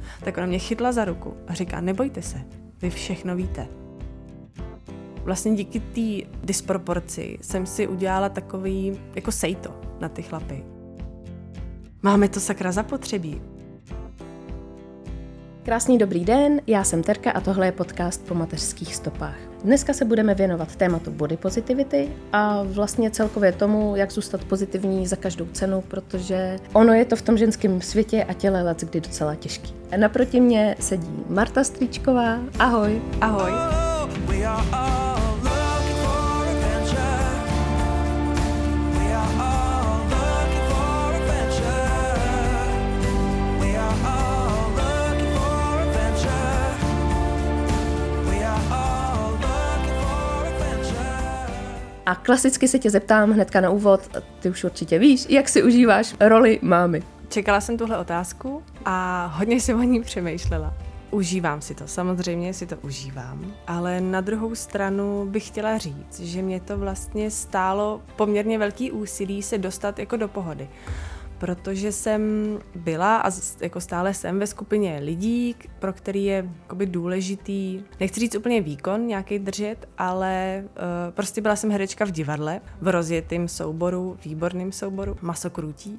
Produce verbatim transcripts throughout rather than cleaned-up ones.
tak ona mě chytla za ruku a říká, nebojte se, vy všechno víte. Vlastně díky té disproporci jsem si udělala takový jako sejto na ty chlapy. Máme to sakra zapotřebí. Krásný dobrý den, já jsem Terka a tohle je podcast Po mateřských stopách. Dneska se budeme věnovat tématu body positivity a vlastně celkově tomu, jak zůstat pozitivní za každou cenu, protože ono je to v tom ženském světě a těle leckdy docela těžký. Naproti mě sedí Marta Strýčková. Ahoj. Ahoj. A klasicky se tě zeptám hnedka na úvod, ty už určitě víš, jak si užíváš roli mámy. Čekala jsem tuhle otázku a hodně jsem o ní přemýšlela. Užívám si to, samozřejmě si to užívám, ale na druhou stranu bych chtěla říct, že mě to vlastně stálo poměrně velký úsilí se dostat jako do pohody. Protože jsem byla a jako stále jsem ve skupině lidí, pro který je jakoby důležitý, nechci říct úplně výkon nějaký držet, ale uh, prostě byla jsem herečka v divadle, v rozjetém souboru, výborném souboru, Masokrutí.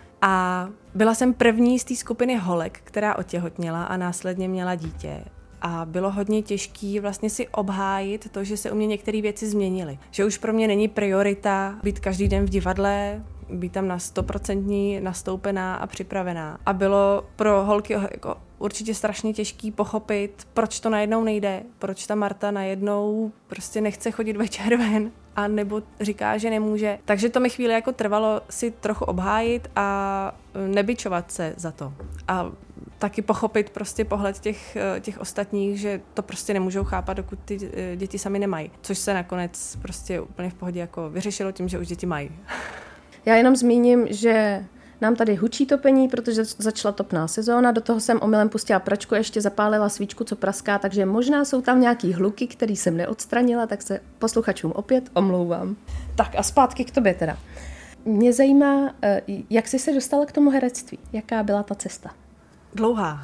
A byla jsem první z té skupiny holek, která otěhotněla a následně měla dítě. A bylo hodně těžké vlastně si obhájit to, že se u mě některé věci změnily. Že už pro mě není priorita být každý den v divadle, být tam na stoprocentní nastoupená a připravená. A bylo pro holky jako určitě strašně těžký pochopit, proč to najednou nejde, proč ta Marta najednou prostě nechce chodit večer ven, a nebo říká, že nemůže. Takže to mi chvíli jako trvalo si trochu obhájit a nebičovat se za to. A taky pochopit prostě pohled těch, těch ostatních, že to prostě nemůžou chápat, dokud ty děti sami nemají. Což se nakonec prostě úplně v pohodě jako vyřešilo tím, že už děti mají. Já jenom zmíním, že nám tady hučí topení, protože začala topná sezóna, do toho jsem omylem pustila pračku, ještě zapálila svíčku, co praská, takže možná jsou tam nějaký hluky, který jsem neodstranila, tak se posluchačům opět omlouvám. Tak a zpátky k tobě teda. Mě zajímá, jak jsi se dostala k tomu herectví, jaká byla ta cesta? Dlouhá.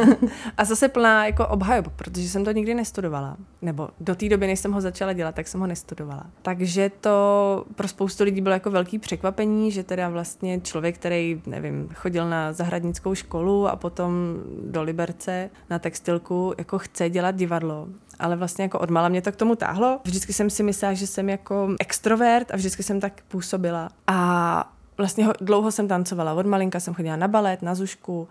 A zase plná jako obhajob, protože jsem to nikdy nestudovala. Nebo do té doby, než jsem ho začala dělat, tak jsem ho nestudovala. Takže to pro spoustu lidí bylo jako velký překvapení, že teda vlastně člověk, který, nevím, chodil na zahradnickou školu a potom do Liberce na textilku, jako chce dělat divadlo. Ale vlastně jako odmala mě to k tomu táhlo. Vždycky jsem si myslela, že jsem jako extrovert a vždycky jsem tak působila. A vlastně dlouho jsem tancovala. Od malinka jsem chodila na balet, na zušku,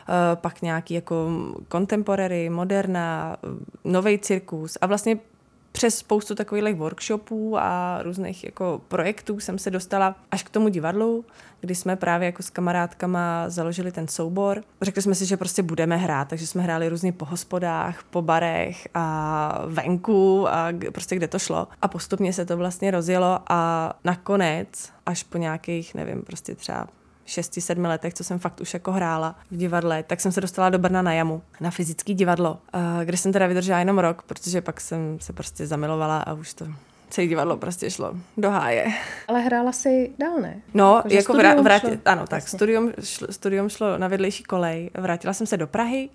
pak nějaký jako contemporary, moderna, novej cirkus a vlastně přes spoustu takových workshopů a různých jako projektů jsem se dostala až k tomu divadlu, kdy jsme právě jako s kamarádkama založili ten soubor. Řekli jsme si, že prostě budeme hrát, takže jsme hráli různě po hospodách, po barech a venku a prostě kde to šlo. A postupně se to vlastně rozjelo a nakonec až po nějakých, nevím, prostě třeba šesti, sedmi letech, co jsem fakt už jako hrála v divadle, tak jsem se dostala do Brna na Jamu, na fyzické divadlo, kde jsem teda vydržela jenom rok, protože pak jsem se prostě zamilovala a už to celé divadlo prostě šlo do háje. Ale hrála jsi dál, ne? No, jako, jako vrát, vrát, šlo, ano, tak studium šlo, studium šlo na vedlejší kolej, vrátila jsem se do Prahy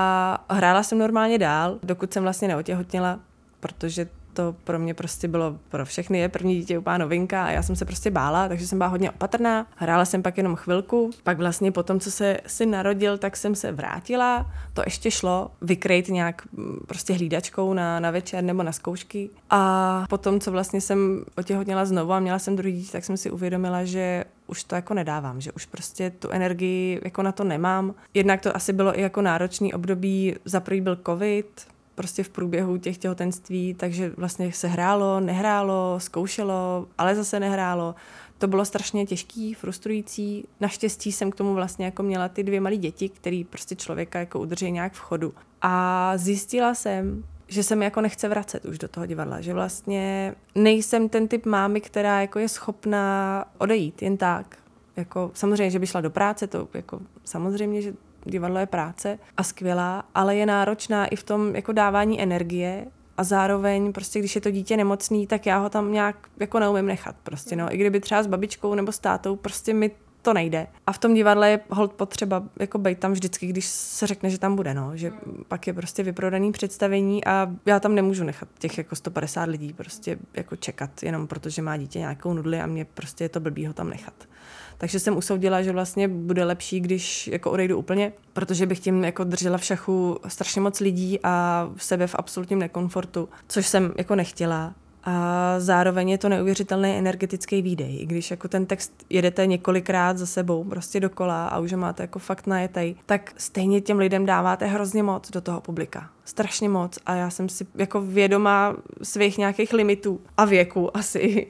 a hrála jsem normálně dál, dokud jsem vlastně neotěhotněla, protože to pro mě prostě bylo pro všechny, je první dítě úplná novinka a já jsem se prostě bála, takže jsem byla hodně opatrná. Hrála jsem pak jenom chvilku, pak vlastně po tom, co se si narodil, tak jsem se vrátila, to ještě šlo vykrejt nějak prostě hlídačkou na, na večer nebo na zkoušky. A potom, co vlastně jsem otěhotněla znovu a měla jsem druhý dítě, tak jsem si uvědomila, že už to jako nedávám, že už prostě tu energii jako na to nemám. Jednak to asi bylo i jako náročný období, za prvý byl covid, prostě v průběhu těch těhotenství, takže vlastně se hrálo, nehrálo, zkoušelo, ale zase nehrálo. To bylo strašně těžký, frustrující. Naštěstí jsem k tomu vlastně jako měla ty dvě malé děti, které prostě člověka jako udrží nějak v chodu. A zjistila jsem, že se mi jako nechce vracet už do toho divadla, že vlastně nejsem ten typ mámy, která jako je schopná odejít jen tak. Jako, samozřejmě, že by šla do práce, to jako samozřejmě, že divadlo je práce a skvělá, ale je náročná i v tom jako dávání energie a zároveň prostě, když je to dítě nemocný, tak já ho tam nějak jako neumím nechat prostě, no. I kdyby třeba s babičkou nebo s tátou, prostě mi to nejde. A v tom divadle je hold potřeba jako bejt tam vždycky, když se řekne, že tam bude, no, že hmm. pak je prostě vyprodaný představení a já tam nemůžu nechat těch jako sto padesát lidí prostě jako čekat, jenom protože má dítě nějakou nudli a mě prostě je to blbý ho tam nechat. Takže jsem usoudila, že vlastně bude lepší, když jako odejdu úplně, protože bych tím jako držela v šachu strašně moc lidí a sebe v absolutním nekomfortu, což jsem jako nechtěla. A zároveň je to neuvěřitelný energetický výdej. I když jako ten text jedete několikrát za sebou, prostě dokola a už máte jako fakt najetej, tak stejně těm lidem dáváte hrozně moc do toho publika. Strašně moc. A já jsem si jako vědomá svých nějakých limitů a věku asi,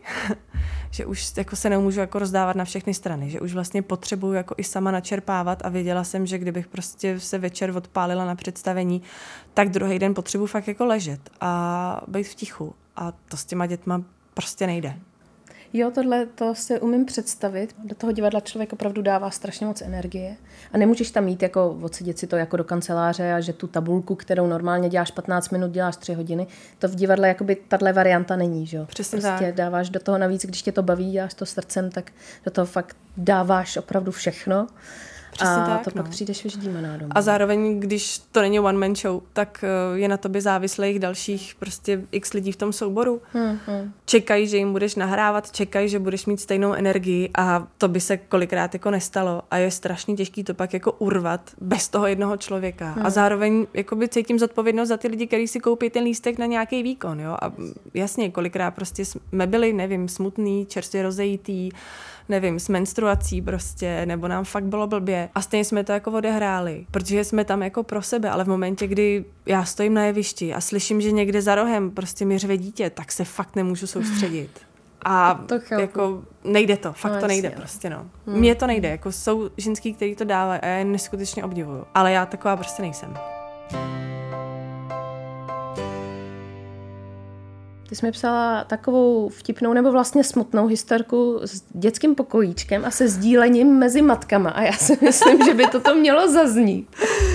že už jako se nemůžu jako rozdávat na všechny strany, že už vlastně potřebuju jako i sama načerpávat a věděla jsem, že kdybych prostě se večer odpálila na představení, tak druhý den potřebuji fakt jako ležet a být v tichu. A to s těma dětma prostě nejde. Jo, tohle to si umím představit. Do toho divadla člověk opravdu dává strašně moc energie. A nemůžeš tam jít jako odsedět si to jako do kanceláře a že tu tabulku, kterou normálně děláš patnáct minut, děláš tři hodiny. To v divadle jakoby tahle varianta není, že jo? Přesně prostě tak. Dáváš do toho navíc, když tě to baví, děláš to srdcem, tak do toho fakt dáváš opravdu všechno. Přesně a tak, to no. pak přijdeš vyždímaná domů. A zároveň, když to není one man show, tak je na tobě závislých dalších prostě x lidí v tom souboru. Hmm, hmm. Čekají, že jim budeš nahrávat, čekají, že budeš mít stejnou energii a to by se kolikrát jako nestalo a je strašně těžký to pak jako urvat bez toho jednoho člověka. Hmm. A zároveň jakoby cítím zodpovědnost za ty lidi, kteří si koupí ten lístek na nějaký výkon, jo. A jasně, kolikrát prostě jsme byli, nevím, smutný, čerstvě rozejitý, nevím, s menstruací prostě, nebo nám fakt bylo blbě. A stejně jsme to jako odehráli, protože jsme tam jako pro sebe, ale v momentě, kdy já stojím na jevišti a slyším, že někde za rohem prostě mi řve dítě, tak se fakt nemůžu soustředit. A to jako nejde to, fakt no, to nejde jasně, prostě, no. Hmm. Mně to nejde, jako jsou ženský, kteří to dávají a já je neskutečně obdivuju. Ale já taková prostě nejsem. Ty jsi mi psala takovou vtipnou nebo vlastně smutnou historku s dětským pokojíčkem a se sdílením mezi matkama a já si myslím, že by toto mělo zaznít.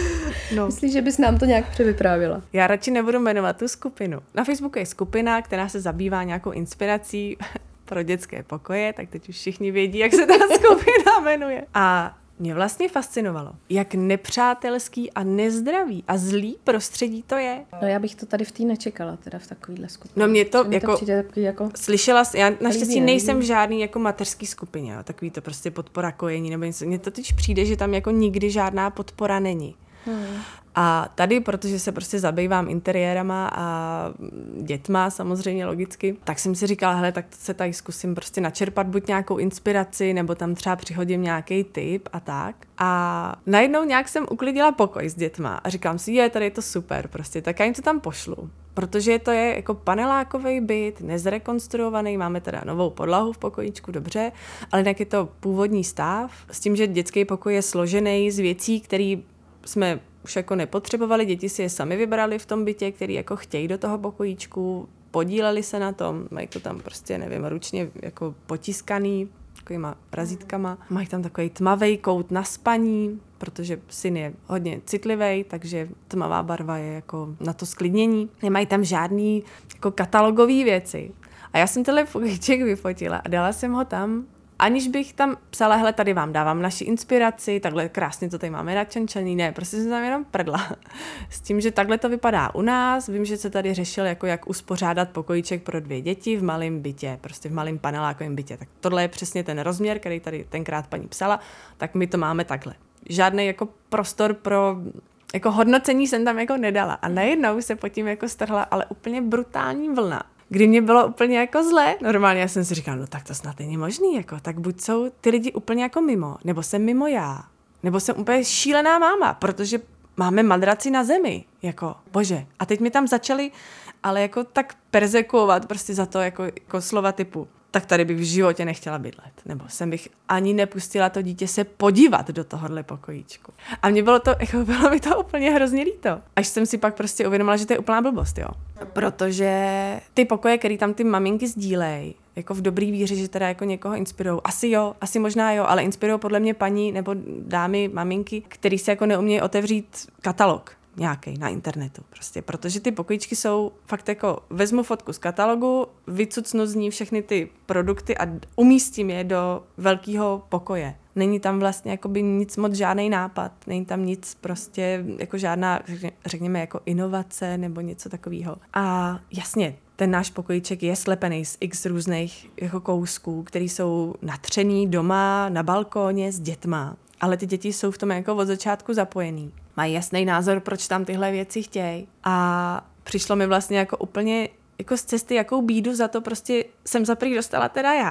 No. Myslíš, že bys nám to nějak převyprávila? Já radši nebudu jmenovat tu skupinu. Na Facebooku je skupina, která se zabývá nějakou inspirací pro dětské pokoje, tak teď už všichni vědí, jak se ta skupina jmenuje. A mě vlastně fascinovalo, jak nepřátelský a nezdravý a zlý prostředí to je. No já bych to tady v té nečekala, teda v takovýhle skupině. No mě to, mě jako, to takový jako... Slyšela, já naštěstí nejsem v žádný jako mateřský skupině, jo, takový to prostě podpora kojení nebo něco. Mně to teď přijde, že tam jako nikdy žádná podpora není. Hmm. A tady, protože se prostě zabývám interiérama a dětma samozřejmě logicky, tak jsem si říkala, hele, tak se tady zkusím prostě načerpat buď nějakou inspiraci, nebo tam třeba přihodím nějaký tip a tak. A najednou nějak jsem uklidila pokoj s dětma a říkám si, je, tady je to super prostě, tak já jim to tam pošlu. Protože to je jako panelákový byt, nezrekonstruovaný, máme teda novou podlahu v pokojíčku, dobře, ale jinak je to původní stav, s tím, že dětský pokoj je složený z věcí, které jsme už jako nepotřebovali, děti si je sami vybrali v tom bytě, který jako chtějí do toho pokojíčku, podíleli se na tom, mají to tam prostě, nevím, ručně jako potiskaný, takovýma razítkama. Mají tam takový tmavý kout na spaní, protože syn je hodně citlivý, takže tmavá barva je jako na to sklidnění. Nemají tam žádný jako katalogové věci. A já jsem tenhle pokojíček vyfotila a dala jsem ho tam, aniž bych tam psala, hele, tady vám dávám naši inspiraci, takhle krásně to tady máme načančaný, ne, prostě jsem tam jenom prdla. S tím, že takhle to vypadá u nás, vím, že se tady řešil, jako jak uspořádat pokojíček pro dvě děti v malém bytě, prostě v malém panelákovém bytě. Tak tohle je přesně ten rozměr, který tady tenkrát paní psala, tak my to máme takhle. Žádný jako prostor pro jako hodnocení jsem tam jako nedala. A najednou se pod tím jako strhla, ale úplně brutální vlna, kdy mě bylo úplně jako zlé. Normálně já jsem si říkala, no tak to snad není možný, jako, tak buď jsou ty lidi úplně jako mimo, nebo jsem mimo já, nebo jsem úplně šílená máma, protože máme madraci na zemi, jako, bože. A teď mi tam začali, ale jako tak perzekuovat prostě za to, jako, jako slova typu, tak tady bych v životě nechtěla bydlet. Nebo jsem bych ani nepustila to dítě se podívat do tohohle pokojíčku. A mně bylo to, jako bylo mi to úplně hrozně líto. Až jsem si pak prostě uvědomila, že to je úplná blbost, jo. Protože ty pokoje, který tam ty maminky sdílej, jako v dobrý víře, že teda jako někoho inspirujou. Asi jo, asi možná jo, ale inspirujou podle mě paní nebo dámy, maminky, který se jako neumějí otevřít katalog. nějaký na internetu prostě, protože ty pokojíčky jsou fakt jako, vezmu fotku z katalogu, vycucnu z ní všechny ty produkty a umístím je do velkého pokoje. Není tam vlastně jakoby nic moc, žádný nápad, není tam nic prostě jako žádná, řekněme, jako inovace nebo něco takového. A jasně, ten náš pokojíček je slepený z x různých jako kousků, který jsou natřený doma, na balkóně s dětma. Ale ty děti jsou v tom jako od začátku zapojený. Mají jasný názor, proč tam tyhle věci chtějí. A přišlo mi vlastně jako úplně jako z cesty, jakou bídu za to prostě jsem za prvý dostala teda já.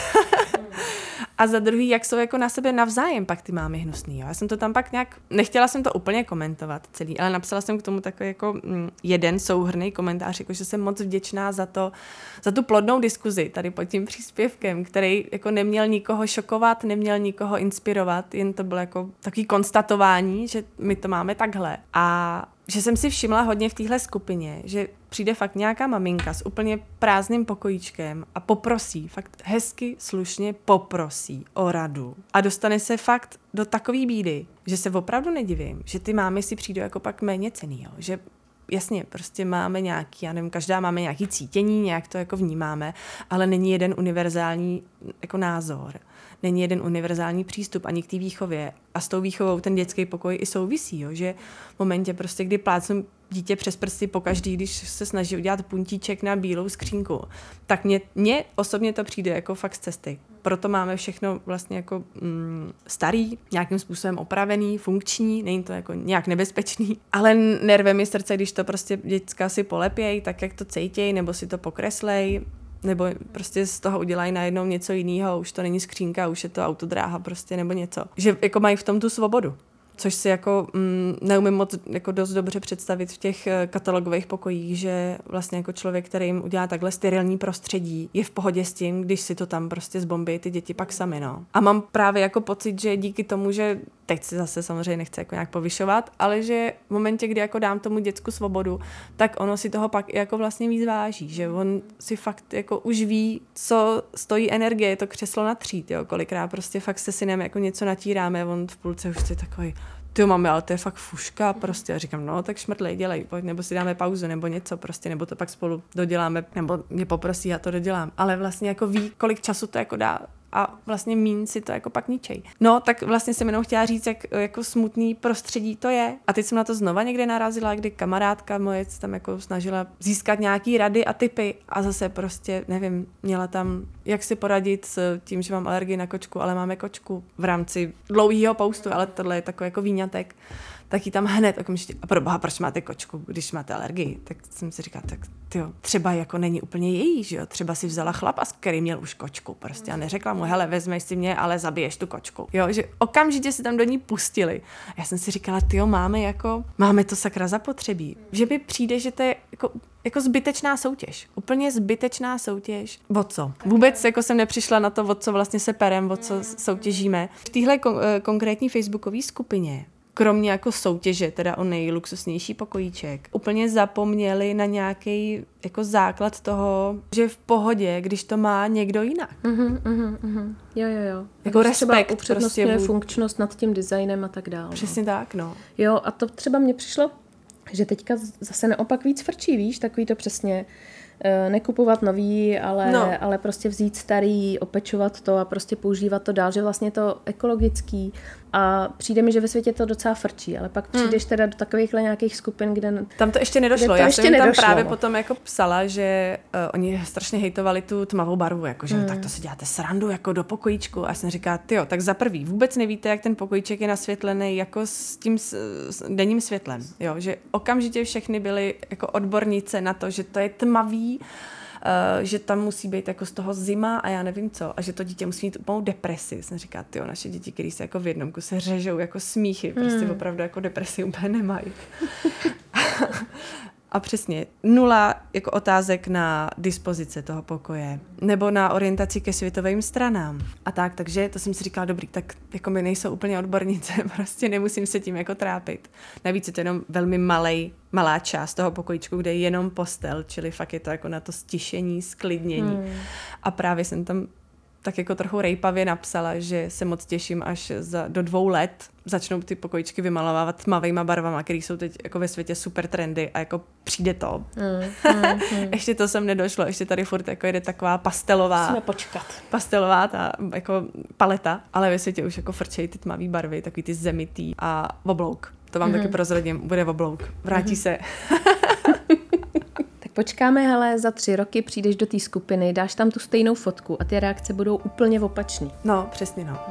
A za druhý, jak jsou jako na sebe navzájem pak ty mámy hnusný. Jo? Já jsem to tam pak nějak, nechtěla jsem to úplně komentovat celý, ale napsala jsem k tomu takový jako mm, jeden souhrnný komentář, jako že jsem moc vděčná za to, za tu plodnou diskuzi tady pod tím příspěvkem, který jako neměl nikoho šokovat, neměl nikoho inspirovat, jen to bylo jako takový konstatování, že my to máme takhle. A že jsem si všimla hodně v téhle skupině, že přijde fakt nějaká maminka s úplně prázdným pokojíčkem a poprosí, fakt hezky, slušně poprosí o radu. A dostane se fakt do takový bídy, že se opravdu nedivím, že ty mámy si přijdou jako pak méně cenný, jo? Že jasně, prostě máme nějaký, já nevím, každá máme nějaký cítění, nějak to jako vnímáme, ale není jeden univerzální jako názor. Není jeden univerzální přístup ani k té výchově. A s tou výchovou ten dětský pokoj i souvisí, jo? Že v momentě prostě, kdy plácnu dítě přes prsty pokaždý, když se snaží udělat puntíček na bílou skřínku, tak mně, mně osobně to přijde jako fakt z cesty. Proto máme všechno vlastně jako mm, starý, nějakým způsobem opravený, funkční, není to jako nějak nebezpečný, ale nerve mi srdce, když to prostě děcka si polepějí, tak jak to cejtějí, nebo si to pokreslej, nebo prostě z toho udělají najednou něco jiného, už to není skřínka, už je to autodráha prostě, nebo něco. Že jako mají v tom tu svobodu. Což si jako mm, neumím moc jako dost dobře představit v těch katalogových pokojích, že vlastně jako člověk, který jim udělá takhle sterilní prostředí, je v pohodě s tím, když si to tam prostě zbombí ty děti pak sami, no. A mám právě jako pocit, že díky tomu, že teď si zase samozřejmě nechci jako nějak povyšovat, ale že v momentě, kdy jako dám tomu děcku svobodu, tak ono si toho pak jako vlastně víc váží, že on si fakt jako už ví, co stojí energie, to křeslo natřít, jo, kolikrát prostě fakt se synem jako něco natíráme, on v půlce už je takový, ty máme, ale to je fakt fuška prostě. A říkám, no tak šmrtlej, dělej, pojď, nebo si dáme pauzu, nebo něco prostě, nebo to pak spolu doděláme, nebo mě poprosí, já to dodělám. Ale vlastně jako ví, kolik času to jako dá a vlastně míň si to jako pak ničej. No, tak vlastně jsem jenom chtěla říct, jak jako smutný prostředí to je. A teď jsem na to znova někde narazila, kdy kamarádka moje tam jako snažila získat nějaký rady a tipy a zase prostě, nevím, měla tam, jak si poradit s tím, že mám alergii na kočku, ale máme kočku v rámci dlouhého poustu, ale tohle je takový jako výňatek. Tak ji tam hned okamžitě, a pro boha, proč máte kočku, když máte alergii? Tak jsem si říkala, tak tyjo, třeba jako není úplně její, že jo? Třeba si vzala chlapa, který měl už kočku prostě a neřekla mu, hele, vezmeš si mě, ale zabiješ tu kočku. Jo, že okamžitě se tam do ní pustili. A já jsem si říkala, tyjo, máme jako, máme to sakra zapotřebí. Že mi přijde, že to je jako jako zbytečná soutěž. Úplně zbytečná soutěž. O co? Vůbec jako jsem nepřišla na to, o co vlastně se perem, o co soutěžíme. V téhle kon- konkrétní facebookové skupině kromě jako soutěže, teda o nejluxusnější pokojíček, úplně zapomněli na nějaký jako základ toho, že je v pohodě, když to má někdo jinak. Uh-huh, uh-huh, uh-huh. Jo, jo, jo. Jako respekt. Upřednostňuje prostě funkčnost nad tím designem a tak dále. Přesně no. tak, no. Jo, a to třeba mně přišlo, že teďka zase naopak víc frčí, víš, takový to přesně nekupovat nový, ale, no. ale prostě vzít starý, opečovat to a prostě používat to dál, že vlastně je to ekologický a přijde mi, že ve světě to docela frčí, ale pak přijdeš teda do takovýchhle nějakých skupin, kde... Tam to ještě nedošlo, to já ještě jsem nedošlo, tam právě no. potom jako psala, že uh, oni strašně hejtovali tu tmavou barvu, jakože hmm. tak to si děláte srandu jako do pokojíčku a jsem říká, tyjo, tak za prvý, vůbec nevíte, jak ten pokojíček je nasvětlený jako s tím s, s denním světlem, jo, že okamžitě všechny byly jako odbornice na to, že to je tmavý, Uh, že tam musí být jako z toho zima a já nevím co, a že to dítě musí mít úplnou depresi. Jsem říká, tyjo, naše děti, který se jako v jednom kuse řežou jako smíchy, prostě hmm. opravdu jako depresi úplně nemají. A přesně, nula jako otázek na dispozice toho pokoje, nebo na orientaci ke světovým stranám. A tak, takže to jsem si říkala, dobrý, tak jako my nejsou úplně odbornice, prostě nemusím se tím jako trápit. Navíc je to jenom velmi malej, malá část toho pokojíčku, kde je jenom postel, čili fakt je to jako na to stišení, sklidnění. Hmm. A právě jsem tam tak jako trochu rejpavě napsala, že se moc těším, až za, do dvou let začnou ty pokojičky vymalovávat tmavejma barvama, které jsou teď jako ve světě super trendy a jako přijde to. Mm, mm, mm. Ještě to sem nedošlo, ještě tady furt jako jede taková pastelová. Musíme počkat. Pastelová ta jako paleta, ale ve světě už jako frčejí ty tmavý barvy, takový ty zemitý a oblouk. To vám mm. taky prozradím, bude oblouk. Vrátí mm. se. Počkáme, hele, za tři roky přijdeš do té skupiny, dáš tam tu stejnou fotku a ty reakce budou úplně opačný. No, přesně no.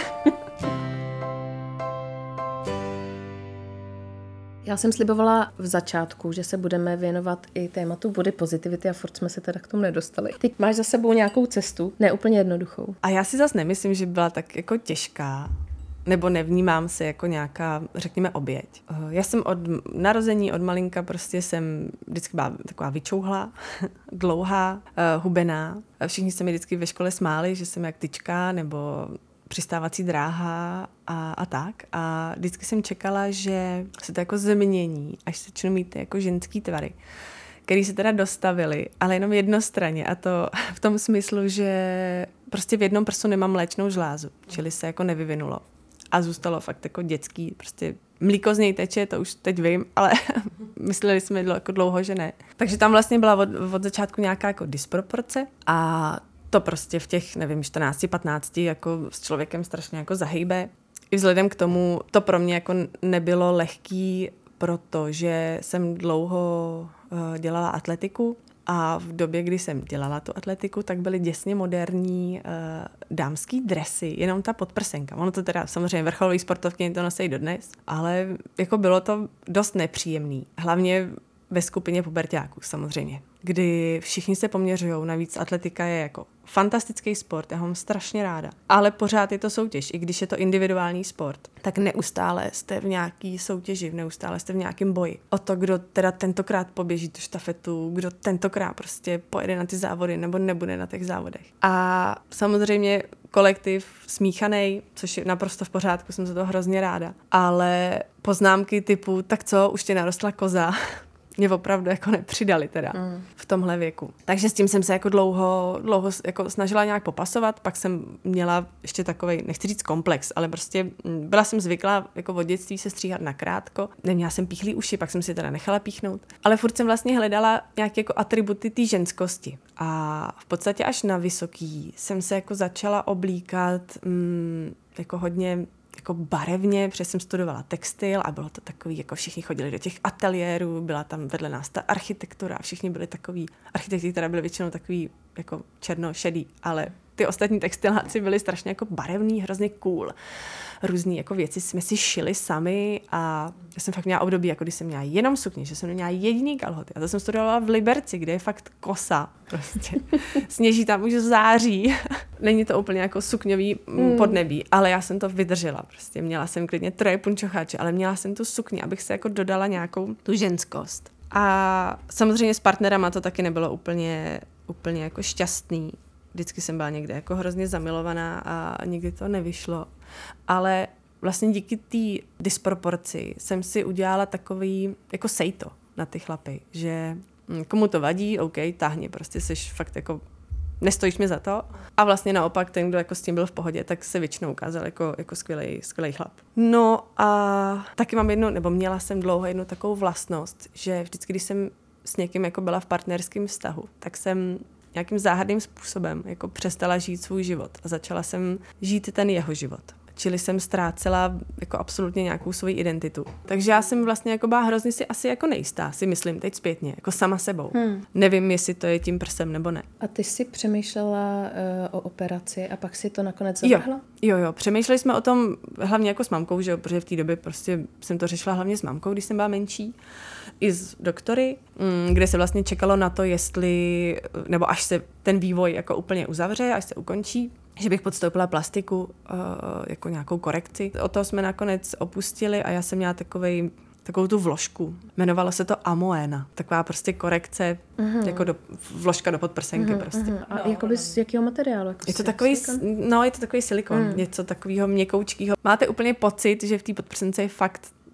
Já jsem slibovala v začátku, že se budeme věnovat i tématu body positivity a furt jsme se teda k tomu nedostali. Ty máš za sebou nějakou cestu, ne úplně jednoduchou. A já si zase nemyslím, že byla tak jako těžká. Nebo nevnímám se jako nějaká, řekněme, oběť. Já jsem od narození, od malinka prostě jsem vždycky byla taková vyčouhlá, dlouhá, hubená. Všichni se mi vždycky ve škole smáli, že jsem jak tyčka nebo přistávací dráha a, a tak. A vždycky jsem čekala, že se to jako změní, až začnu mít jako ženský tvary, který se teda dostavili, ale jenom jednostranně. A to v tom smyslu, že prostě v jednom prsu nemám mléčnou žlázu, čili se jako nevyvinulo. A zůstalo fakt jako dětský, prostě mlíko z něj teče, to už teď vím, ale mysleli jsme jako dlouho, že ne. Takže tam vlastně byla od, od začátku nějaká jako disproporce a to prostě v těch, nevím, čtrnácti, patnácti jako s člověkem strašně jako zahejbe. I vzhledem k tomu to pro mě jako nebylo lehký, protože jsem dlouho uh, dělala atletiku. A v době, kdy jsem dělala tu atletiku, tak byly děsně moderní uh, dámský dresy, jenom ta podprsenka. Ono to teda samozřejmě vrcholový sportovky to nosejí dodnes, ale jako bylo to dost nepříjemný. Hlavně ve skupině puberťáků samozřejmě, kdy všichni se poměřují. Navíc atletika je jako fantastický sport, já ho mám strašně ráda. Ale pořád je to soutěž, i když je to individuální sport, tak neustále jste v nějaký soutěži, neustále jste v nějakém boji. O to, kdo teda tentokrát poběží tu štafetu, kdo tentokrát prostě pojede na ty závody nebo nebude na těch závodech. A samozřejmě kolektiv smíchanej, což je naprosto v pořádku, jsem za to hrozně ráda. Ale poznámky typu, tak co, už tě narostla koza, mě opravdu jako nepřidali teda mm. v tomhle věku. Takže s tím jsem se jako dlouho, dlouho jako snažila nějak popasovat, pak jsem měla ještě takovej, nechci říct komplex, ale prostě byla jsem zvyklá jako od dětství se stříhat nakrátko. Neměla jsem píchlý uši, pak jsem si teda nechala píchnout. Ale furt jsem vlastně hledala nějaké jako atributy té ženskosti. A v podstatě až na vysoký jsem se jako začala oblíkat mm, jako hodně jako barevně, protože jsem studovala textil a bylo to takový, jako všichni chodili do těch ateliérů, byla tam vedle nás ta architektura a všichni byli takový, architekti teda byli většinou takový jako černo-šedý, ale ty ostatní textiláci byli strašně jako barevný, hrozně cool. Různý jako věci jsme si šili sami a já jsem fakt měla období, jako když jsem měla jenom sukni, že jsem neměla jediný kalhoty. A to jsem studovala v Liberci, kde je fakt kosa. Prostě. Sněží tam už září. Není to úplně jako sukňový mm. podnebí, ale já jsem to vydržela. Prostě měla jsem klidně troje punčocháče, ale měla jsem tu sukni, abych se jako dodala nějakou tu ženskost. A samozřejmě s partnerama to taky nebylo úplně, úplně jako šťastný. Vždycky jsem byla někde jako hrozně zamilovaná a nikdy to nevyšlo. Ale vlastně díky té disproporci jsem si udělala takový jako sejto na ty chlapy, že komu to vadí, OK, táhni, prostě seš fakt jako, nestojíš mi za to. A vlastně naopak ten, kdo jako s tím byl v pohodě, tak se většinou ukázal jako, jako skvělej, skvělej chlap. No a taky mám jednu, nebo měla jsem dlouho jednu takovou vlastnost, že vždycky, když jsem s někým jako byla v partnerském vztahu, tak jsem nějakým záhadným způsobem jako přestala žít svůj život a začala jsem žít ten jeho život. Čili jsem ztrácela jako absolutně nějakou svoji identitu. Takže já jsem vlastně jako byla hrozně si asi jako nejistá, si myslím teď zpětně, jako sama sebou. Hmm. Nevím, jestli to je tím prsem nebo ne. A ty jsi přemýšlela uh, o operaci a pak si to nakonec zavrhla? Jo, jo, jo. Přemýšleli jsme o tom hlavně jako s mamkou, že jo, protože v té době prostě jsem to řešila hlavně s mamkou, když jsem byla menší. I s doktory, kde se vlastně čekalo na to, jestli, nebo až se ten vývoj jako úplně uzavře, až se ukončí, že bych podstoupila plastiku jako nějakou korekci. O to jsme nakonec opustili a já jsem měla takovej, takovou tu vložku. Jmenovalo se to Amoena. Taková prostě korekce, uh-huh. jako do, vložka do podprsenky uh-huh, prostě. Uh-huh. A no, jakoby z jakého materiálu? Jako je to takový, no je to takový silikon, uh-huh. něco takového měkoučkýho. Máte úplně pocit, že v té podprsence je fakt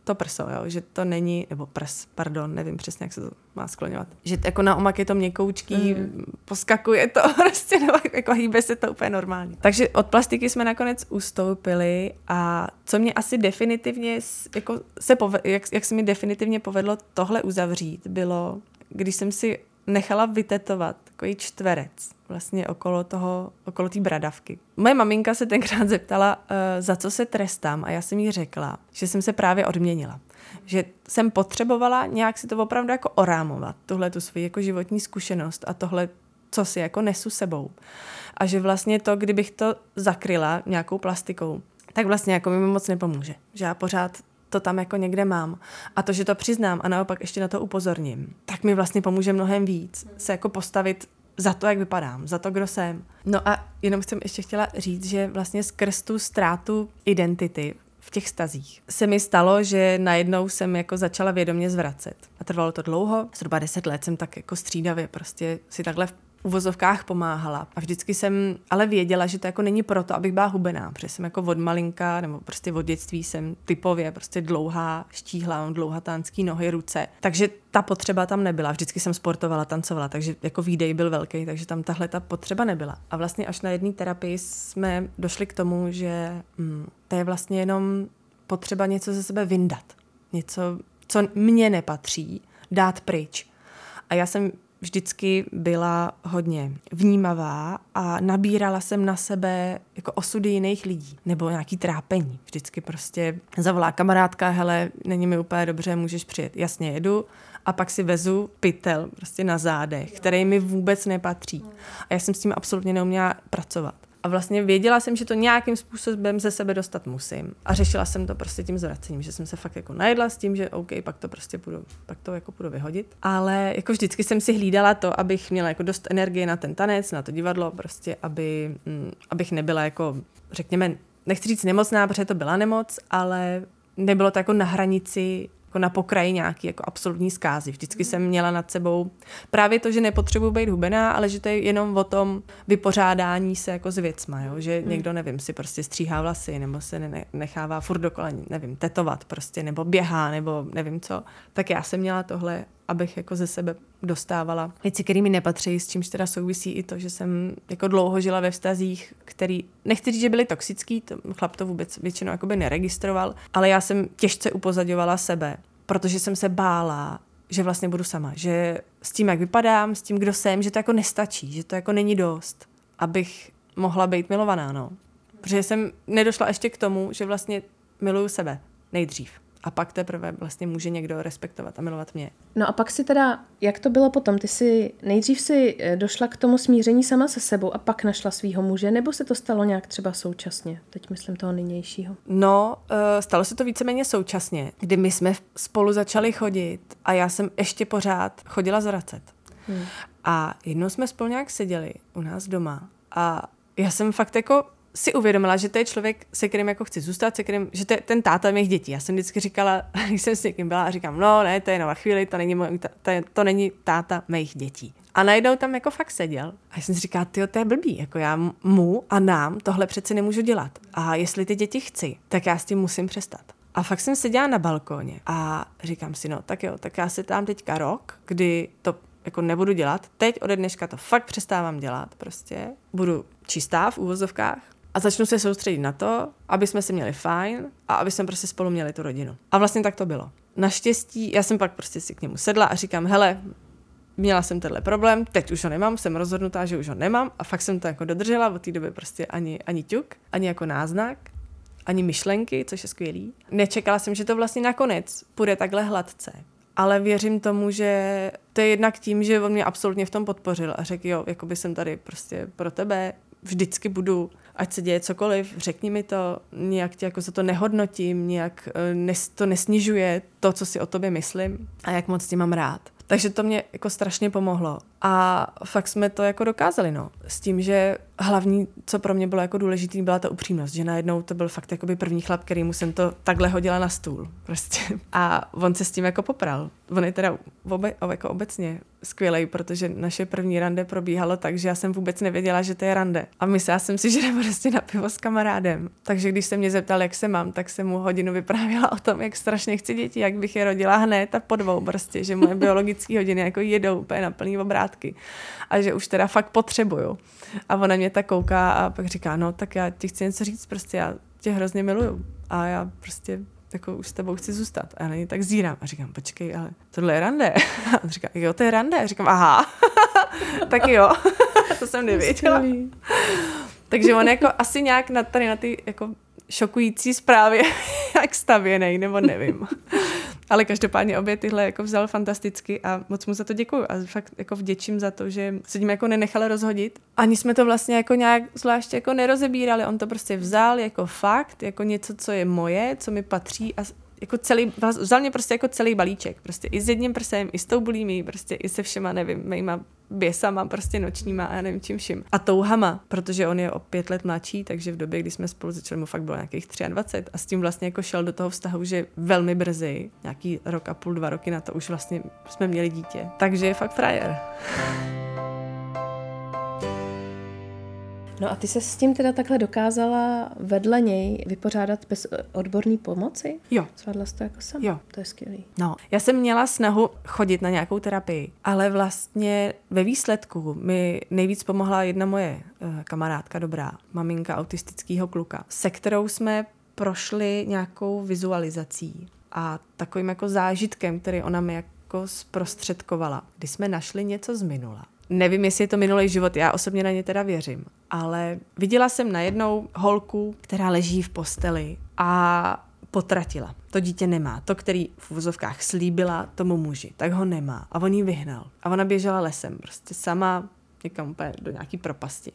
to prso, jo, že to není, nebo prs, pardon, nevím přesně, jak se to má skloňovat, že jako na omak je to měkoučký, mm. poskakuje to prostě, nebo jako hýbe se to úplně normálně. Takže od plastiky jsme nakonec ustoupili a co mě asi definitivně, jako se poved, jak, jak se mi definitivně povedlo tohle uzavřít, bylo, když jsem si nechala vytetovat takový čtverec vlastně okolo toho, okolo té bradavky. Moje maminka se tenkrát zeptala, uh, za co se trestám a já jsem jí řekla, že jsem se právě odměnila. Že jsem potřebovala nějak si to opravdu jako orámovat, tuhle tu svoji jako životní zkušenost a tohle, co si jako nesu sebou. A že vlastně to, kdybych to zakryla nějakou plastikou, tak vlastně jako mi moc nepomůže. Že já pořád to tam jako někde mám. A to, že to přiznám a naopak ještě na to upozorním, tak mi vlastně pomůže mnohem víc se jako postavit za to, jak vypadám, za to, kdo jsem. No a jenom jsem ještě chtěla říct, že vlastně skrz tu ztrátu identity v těch stazích se mi stalo, že najednou jsem jako začala vědomě zvracet. A trvalo to dlouho, zhruba deset let jsem tak jako střídavě prostě si takhle v uvozovkách pomáhala. A vždycky jsem ale věděla, že to jako není proto, abych byla hubená, protože jsem jako od malinka nebo prostě od dětství jsem typově prostě dlouhá, štíhlá, mám dlouhatánský nohy, ruce. Takže ta potřeba tam nebyla. Vždycky jsem sportovala, tancovala, takže jako výdej byl velký, takže tam tahle ta potřeba nebyla. A vlastně až na jedné terapii jsme došli k tomu, že hm, to je vlastně jenom potřeba něco ze sebe vyndat. Něco, co mně nepatří, dát pryč. A já jsem vždycky byla hodně vnímavá a nabírala jsem na sebe jako osudy jiných lidí nebo nějaký trápení. Vždycky prostě zavolá kamarádka, hele, není mi úplně dobře, můžeš přijet. Jasně, jedu a pak si vezu pytel prostě na zádech, který mi vůbec nepatří. A já jsem s tím absolutně neuměla pracovat. A vlastně věděla jsem, že to nějakým způsobem ze sebe dostat musím. A řešila jsem to prostě tím zvracením, že jsem se fakt jako najedla s tím, že OK, pak to prostě půjdu, pak to jako půjdu vyhodit. Ale jako vždycky jsem si hlídala to, abych měla jako dost energie na ten tanec, na to divadlo, prostě, aby, mm, abych nebyla jako, řekněme, nechci říct nemocná, protože to byla nemoc, ale nebylo to jako na hranici, jako na pokraji nějaký jako absolutní zkázy. Vždycky jsem měla nad sebou právě to, že nepotřebuji být hubená, ale že to je jenom o tom vypořádání se jako s věcma, jo? Že hmm. někdo, nevím, si prostě stříhá vlasy, nebo se ne- nechává furt dokola, nevím, tetovat prostě, nebo běhá, nebo nevím co. Tak já jsem měla tohle, abych jako ze sebe dostávala věci, které mi nepatří, s čímž teda souvisí i to, že jsem jako dlouho žila ve vztazích, který, nechci říct, že byly toxický, to, chlap to vůbec většinou jakoby neregistroval, ale já jsem těžce upozaďovala sebe, protože jsem se bála, že vlastně budu sama, že s tím, jak vypadám, s tím, kdo jsem, že to jako nestačí, že to jako není dost, abych mohla být milovaná, no. Protože jsem nedošla ještě k tomu, že vlastně miluju sebe nejdřív. A pak teprve vlastně může někdo respektovat a milovat mě. No a pak si teda, jak to bylo potom? Ty si nejdřív si došla k tomu smíření sama se sebou a pak našla svýho muže, nebo se to stalo nějak třeba současně? Teď myslím toho nynějšího. No, stalo se to víceméně současně, kdy my jsme spolu začali chodit a já jsem ještě pořád chodila zvracet. Hmm. A jednou jsme spolu nějak seděli u nás doma a já jsem fakt jako si uvědomila, že to je člověk, se kterým jako chci zůstat, se kterým, že to je ten táta mých dětí. Já jsem vždycky říkala, když jsem s někým byla a říkám, no ne, to je na chvíli, to není, můj, to, je, to není táta mých dětí. A najednou tam jako fakt seděl. A já jsem si říkala, tyjo, to je blbý, jako já mu a nám tohle přece nemůžu dělat. A jestli ty děti chci, tak já s tím musím přestat. A fakt jsem seděla na balkóně a říkám si, no tak jo, tak já si tam teďka rok, kdy to jako nebudu dělat. Teď ode dneška to fakt přestávám dělat prostě. Budu čistá v úvozovkách a začnu se soustředit na to, aby jsme si měli fajn a aby jsme prostě spolu měli tu rodinu. A vlastně tak to bylo. Naštěstí, já jsem pak prostě si k němu sedla a říkám, hele, měla jsem tenhle problém, teď už ho nemám, jsem rozhodnutá, že už ho nemám a fakt jsem to jako dodržela, od té doby prostě ani, ani ťuk, ani jako náznak, ani myšlenky, což je skvělý. Nečekala jsem, že to vlastně nakonec půjde takhle hladce. Ale věřím tomu, že to je jednak tím, že on mě absolutně v tom podpořil a řekl, jo, jakoby jsem tady prostě pro tebe, vždycky budu, ať se děje cokoliv, řekni mi to, nějak tě jako za to nehodnotím, nějak nes, to nesnižuje to, co si o tobě myslím a jak moc tě mám rád. Takže to mě jako strašně pomohlo. A fakt jsme to jako dokázali, no. S tím, že hlavní, co pro mě bylo jako důležitý, byla ta upřímnost, že najednou to byl fakt jakoby první chlap, kterýmu jsem to takhle hodila na stůl. Prostě. A on se s tím jako popral. On je teda obe, jako obecně skvělej, protože naše první rande probíhalo tak, že já jsem vůbec nevěděla, že to je rande. A myslela jsem si, že jdeme prostě na pivo s kamarádem. Takže když se mě zeptal, jak se mám, tak jsem mu hodinu vyprávěla o tom, jak strašně chci děti, jak bych je rodila hned a po dvou prostě, že moje biologické hodiny jako jedou úplně na plný obrátky. A že už teda fakt potřebuju. A ona mě tak kouká a pak říká, no tak já ti chci něco říct, prostě já tě hrozně miluju. A já prostě jako už s tebou chci zůstat. A já na ní tak zírám a říkám, počkej, ale tohle je rande. A on říká, jo, to je rande. A říkám, aha, tak jo, to jsem nevěděla. Takže on jako asi nějak na, tady na ty jako šokující zprávy jak stavěnej, nebo nevím. Ale každopádně obě tyhle jako vzal fantasticky a moc mu za to děkuju a fakt jako vděčím za to, že se tím jako nenechali rozhodit. Ani jsme to vlastně jako nějak zvláště jako nerozebírali, on to prostě vzal jako fakt, jako něco, co je moje, co mi patří a jako celý, vzal mě prostě jako celý balíček, prostě i s jedním prsem, i s tou bulímí, prostě i se všema, nevím, mýma běsama, prostě nočníma a já nevím čím vším. A touhama, protože on je o pět let mladší, takže v době, kdy jsme spolu začali, mu fakt bylo nějakých dvacet tři a s tím vlastně jako šel do toho vztahu, že velmi brzy, nějaký rok a půl, dva roky na to už vlastně jsme měli dítě. Takže je fakt frajer. No a ty se s tím teda takhle dokázala vedle něj vypořádat bez odborné pomoci? Jo. Zvládla jsi to jako sama? Jo. To je skvělý. No, já jsem měla snahu chodit na nějakou terapii, ale vlastně ve výsledku mi nejvíc pomohla jedna moje uh, kamarádka dobrá, maminka autistického kluka, se kterou jsme prošli nějakou vizualizací a takovým jako zážitkem, který ona mi jako zprostředkovala, kdy jsme našli něco z minula. Nevím, jestli je to minulý život, já osobně na ně teda věřím, ale viděla jsem najednou holku, která leží v posteli a potratila. To dítě nemá. To, který v uvozovkách slíbila tomu muži, tak ho nemá. A on jí vyhnal. A ona běžela lesem, prostě sama někam úplně do nějaký propasti.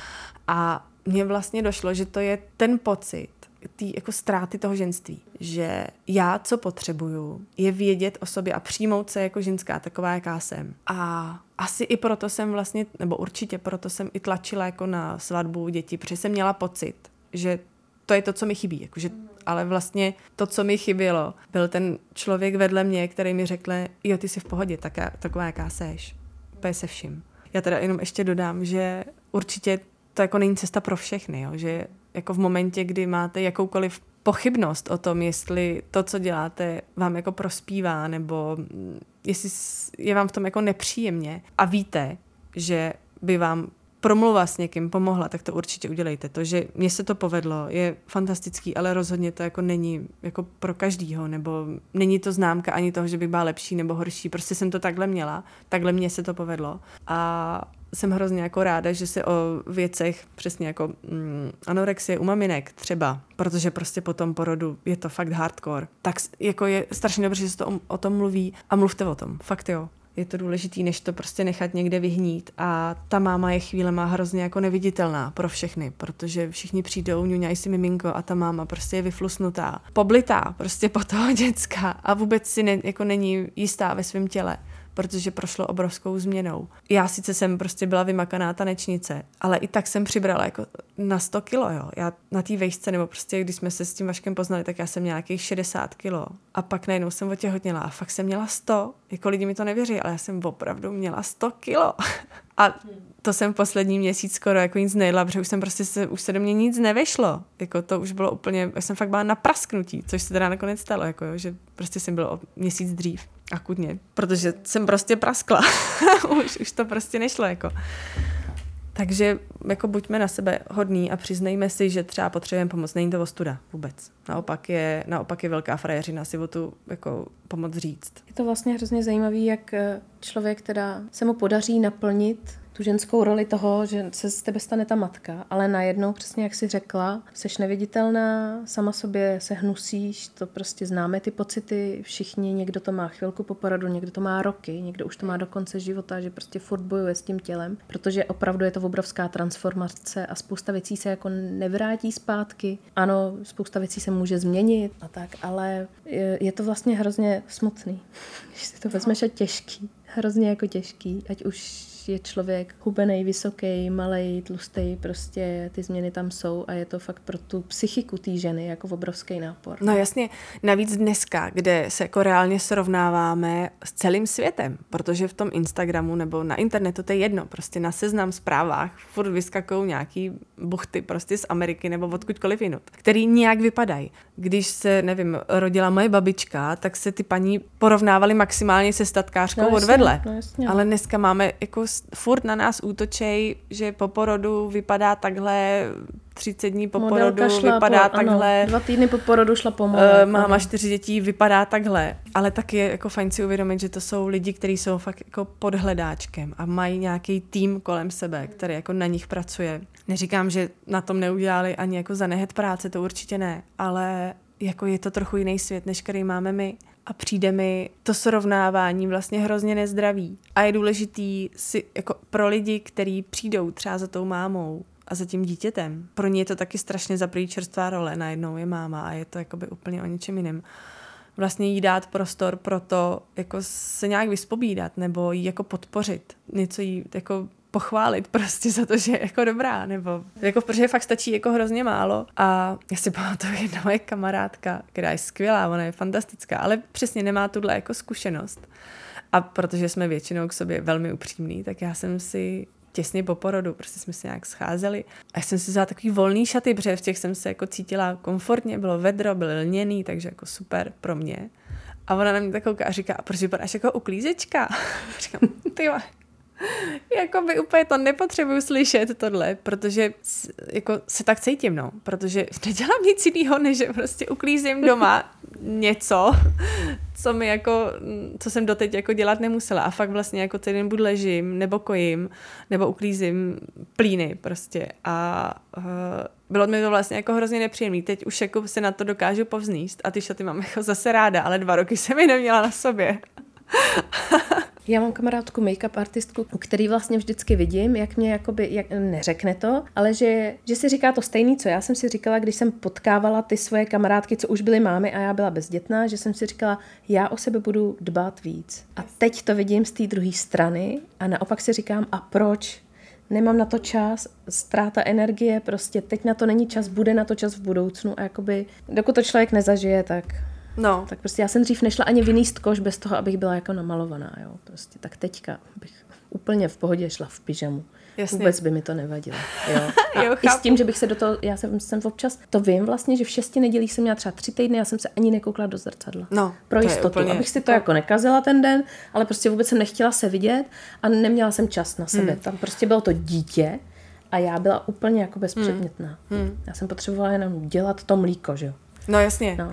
A mně vlastně došlo, že to je ten pocit, tý jako ztráty toho ženství, že já, co potřebuju, je vědět o sobě a přijmout se jako ženská, taková, jaká jsem. A asi i proto jsem vlastně, nebo určitě proto jsem i tlačila jako na svatbu dětí, protože jsem měla pocit, že to je to, co mi chybí. Jakože, ale vlastně to, co mi chybělo, byl ten člověk vedle mě, který mi řekl, jo, ty jsi v pohodě, taká, taková, jaká seš. Úplně se vším. Já teda jenom ještě dodám, že určitě to jako není cesta pro všechny, jo? Že jako v momentě, kdy máte jakoukoliv pochybnost o tom, jestli to, co děláte, vám jako prospívá, nebo jestli je vám v tom jako nepříjemně a víte, že by vám promluva s někým pomohla, tak to určitě udělejte. To, že mně se to povedlo, je fantastický, ale rozhodně to jako není jako pro každýho, nebo není to známka ani toho, že by byla lepší nebo horší. Prostě jsem to takhle měla, takhle mně se to povedlo. A jsem hrozně jako ráda, že se o věcech přesně jako mm, anorexie u maminek třeba, protože prostě po tom porodu je to fakt hardcore, tak jako je strašně dobře, že se to o, o tom mluví a mluvte o tom. Fakt jo. Je to důležitý, než to prostě nechat někde vyhnít a ta máma je chvílema hrozně jako neviditelná pro všechny, protože všichni přijdou, ňuňají si miminko a ta máma prostě je vyflusnutá, poblitá prostě po toho děcka a vůbec si ne, jako není jistá ve svém těle, protože prošlo obrovskou změnou. Já sice jsem prostě byla vymakaná tanečnice, ale i tak jsem přibrala jako na sto kilo, jo. Já na té vejšce, nebo prostě když jsme se s tím Vaškem poznali, tak já jsem měla nějakých šedesát kilo. A pak najednou jsem otěhotněla a fakt jsem měla sto. Jako lidi mi to nevěří, ale já jsem opravdu měla sto kilo. A to jsem poslední měsíc skoro jako nic nejedla, protože už jsem prostě se, už se do mě nic nevešlo. Jako to už bylo úplně, já jsem fakt byla na prasknutí, což se teda nakonec stalo, jako jo, že prostě jsem byla o měsíc dřív, akutně, protože jsem prostě praskla. už, už to prostě nešlo, jako. Takže jako buďme na sebe hodní a přiznejme si, že třeba potřebujeme pomoc. Není to ostuda vůbec. Naopak je, naopak je velká frajeřina si o tu jako pomoc říct. Je to vlastně hrozně zajímavý, jak člověk teda se mu podaří naplnit tu ženskou roli toho, že se z tebe stane ta matka, ale najednou, přesně jak jsi řekla, seš neviditelná, sama sobě se hnusíš, to prostě známe ty pocity, všichni, někdo to má chvilku po porodu, někdo to má roky, někdo už to má do konce života, že prostě furt bojuje s tím tělem, protože opravdu je to obrovská transformace a spousta věcí se jako nevrátí zpátky. Ano, spousta věcí se může změnit a tak, ale je, je to vlastně hrozně smutný, když si to vezmeš a těžký. hrozně jako těžký, ať už je člověk hubenej, vysoký, malej, tlustý, prostě ty změny tam jsou a je to fakt pro tu psychiku té ženy jako obrovský nápor. No jasně, navíc dneska, kde se jako reálně srovnáváme s celým světem, protože v tom Instagramu nebo na internetu to je jedno, prostě na Seznam Zprávách furt vyskakují nějaký buchty prostě z Ameriky nebo odkudkoliv jinut, který nějak vypadají. Když se, nevím, rodila moje babička, tak se ty paní porovnávaly maximálně se statkářkou no, od vedle. No, jasně. Ale dneska máme jako furt na nás útočej, že po porodu vypadá takhle, třicet dní po Modelka porodu šla vypadá po, takhle. Ano, dva týdny po porodu šla pomalu. Uh, máma čtyři dětí, vypadá takhle. Ale taky je jako fajn si uvědomit, že to jsou lidi, kteří jsou fakt jako pod hledáčkem a mají nějaký tým kolem sebe, který jako na nich pracuje. Neříkám, že na tom neudělali ani jako za nehet práce, to určitě ne, ale jako je to trochu jiný svět, než který máme my. A přijde mi to srovnávání vlastně hrozně nezdravý. A je důležitý si jako pro lidi, kteří přijdou třeba za tou mámou a za tím dítětem. Pro ně je to taky strašně zaprý čerstvá role, najednou je máma a je to jakoby úplně o něčem jiném. Vlastně jí dát prostor pro to, jako se nějak vyspovídat nebo jí jako podpořit. Něco jí jako pochválit prostě za to, že je jako dobrá, nebo jako, protože fakt stačí jako hrozně málo. A já si pamatuju, jedna moje kamarádka, která je skvělá, ona je fantastická, ale přesně nemá tuhle jako zkušenost. A protože jsme většinou k sobě velmi upřímní, tak já jsem si těsně po porodu, prostě jsme se nějak scházeli a já jsem si vzala takový volný šaty, protože v těch jsem se jako cítila komfortně, bylo vedro, byl lněný, takže jako super pro mě. A ona na mě tak kouká a říká, a proč vypadáš jako uklízečka? Říkám, tyjo, jako by úplně to nepotřebuju slyšet tohle, protože jako se tak cítím, no, protože nedělám nic jiného, než že prostě uklízím doma něco, co mi jako, co jsem doteď jako dělat nemusela a fakt vlastně jako celý den buď ležím, nebo kojím, nebo uklízím plíny prostě a uh, bylo mi to vlastně jako hrozně nepříjemný. Teď už jako se na to dokážu povzníst a ty šaty mám jako zase ráda, ale dva roky jsem je neměla na sobě. Já mám kamarádku make-up artistku, u který vlastně vždycky vidím, jak mě jakoby, jak, neřekne to, ale že, že si říká to stejný, co já jsem si říkala, když jsem potkávala ty svoje kamarádky, co už byly mámy a já byla bezdětná, že jsem si říkala, já o sebe budu dbát víc. A teď to vidím z té druhé strany a naopak si říkám, a proč? Nemám na to čas, ztráta energie, prostě teď na to není čas, bude na to čas v budoucnu a jakoby, dokud to člověk nezažije, tak... No. Tak prostě já jsem dřív nešla ani vynýst koš bez toho, abych byla jako namalovaná, jo. Prostě tak teďka bych úplně v pohodě šla v pyžamu. Jasně. Vůbec by mi to nevadilo, jo. A jo, i s tím, že bych se do toho, já jsem, jsem občas, to vím vlastně, že v šesti nedělích jsem měla třeba tři týdny, já jsem se ani nekoukla do zrcadla. No, pro jistotu, úplně... abych si to jako nekazila ten den, ale prostě vůbec jsem nechtěla se vidět a neměla jsem čas na sebe. Hmm. Tam prostě bylo to dítě a já byla úplně jako bezpředmětná. Hmm. Já jsem potřebovala jenom dělat to mlíko, že jo. No jasně. No.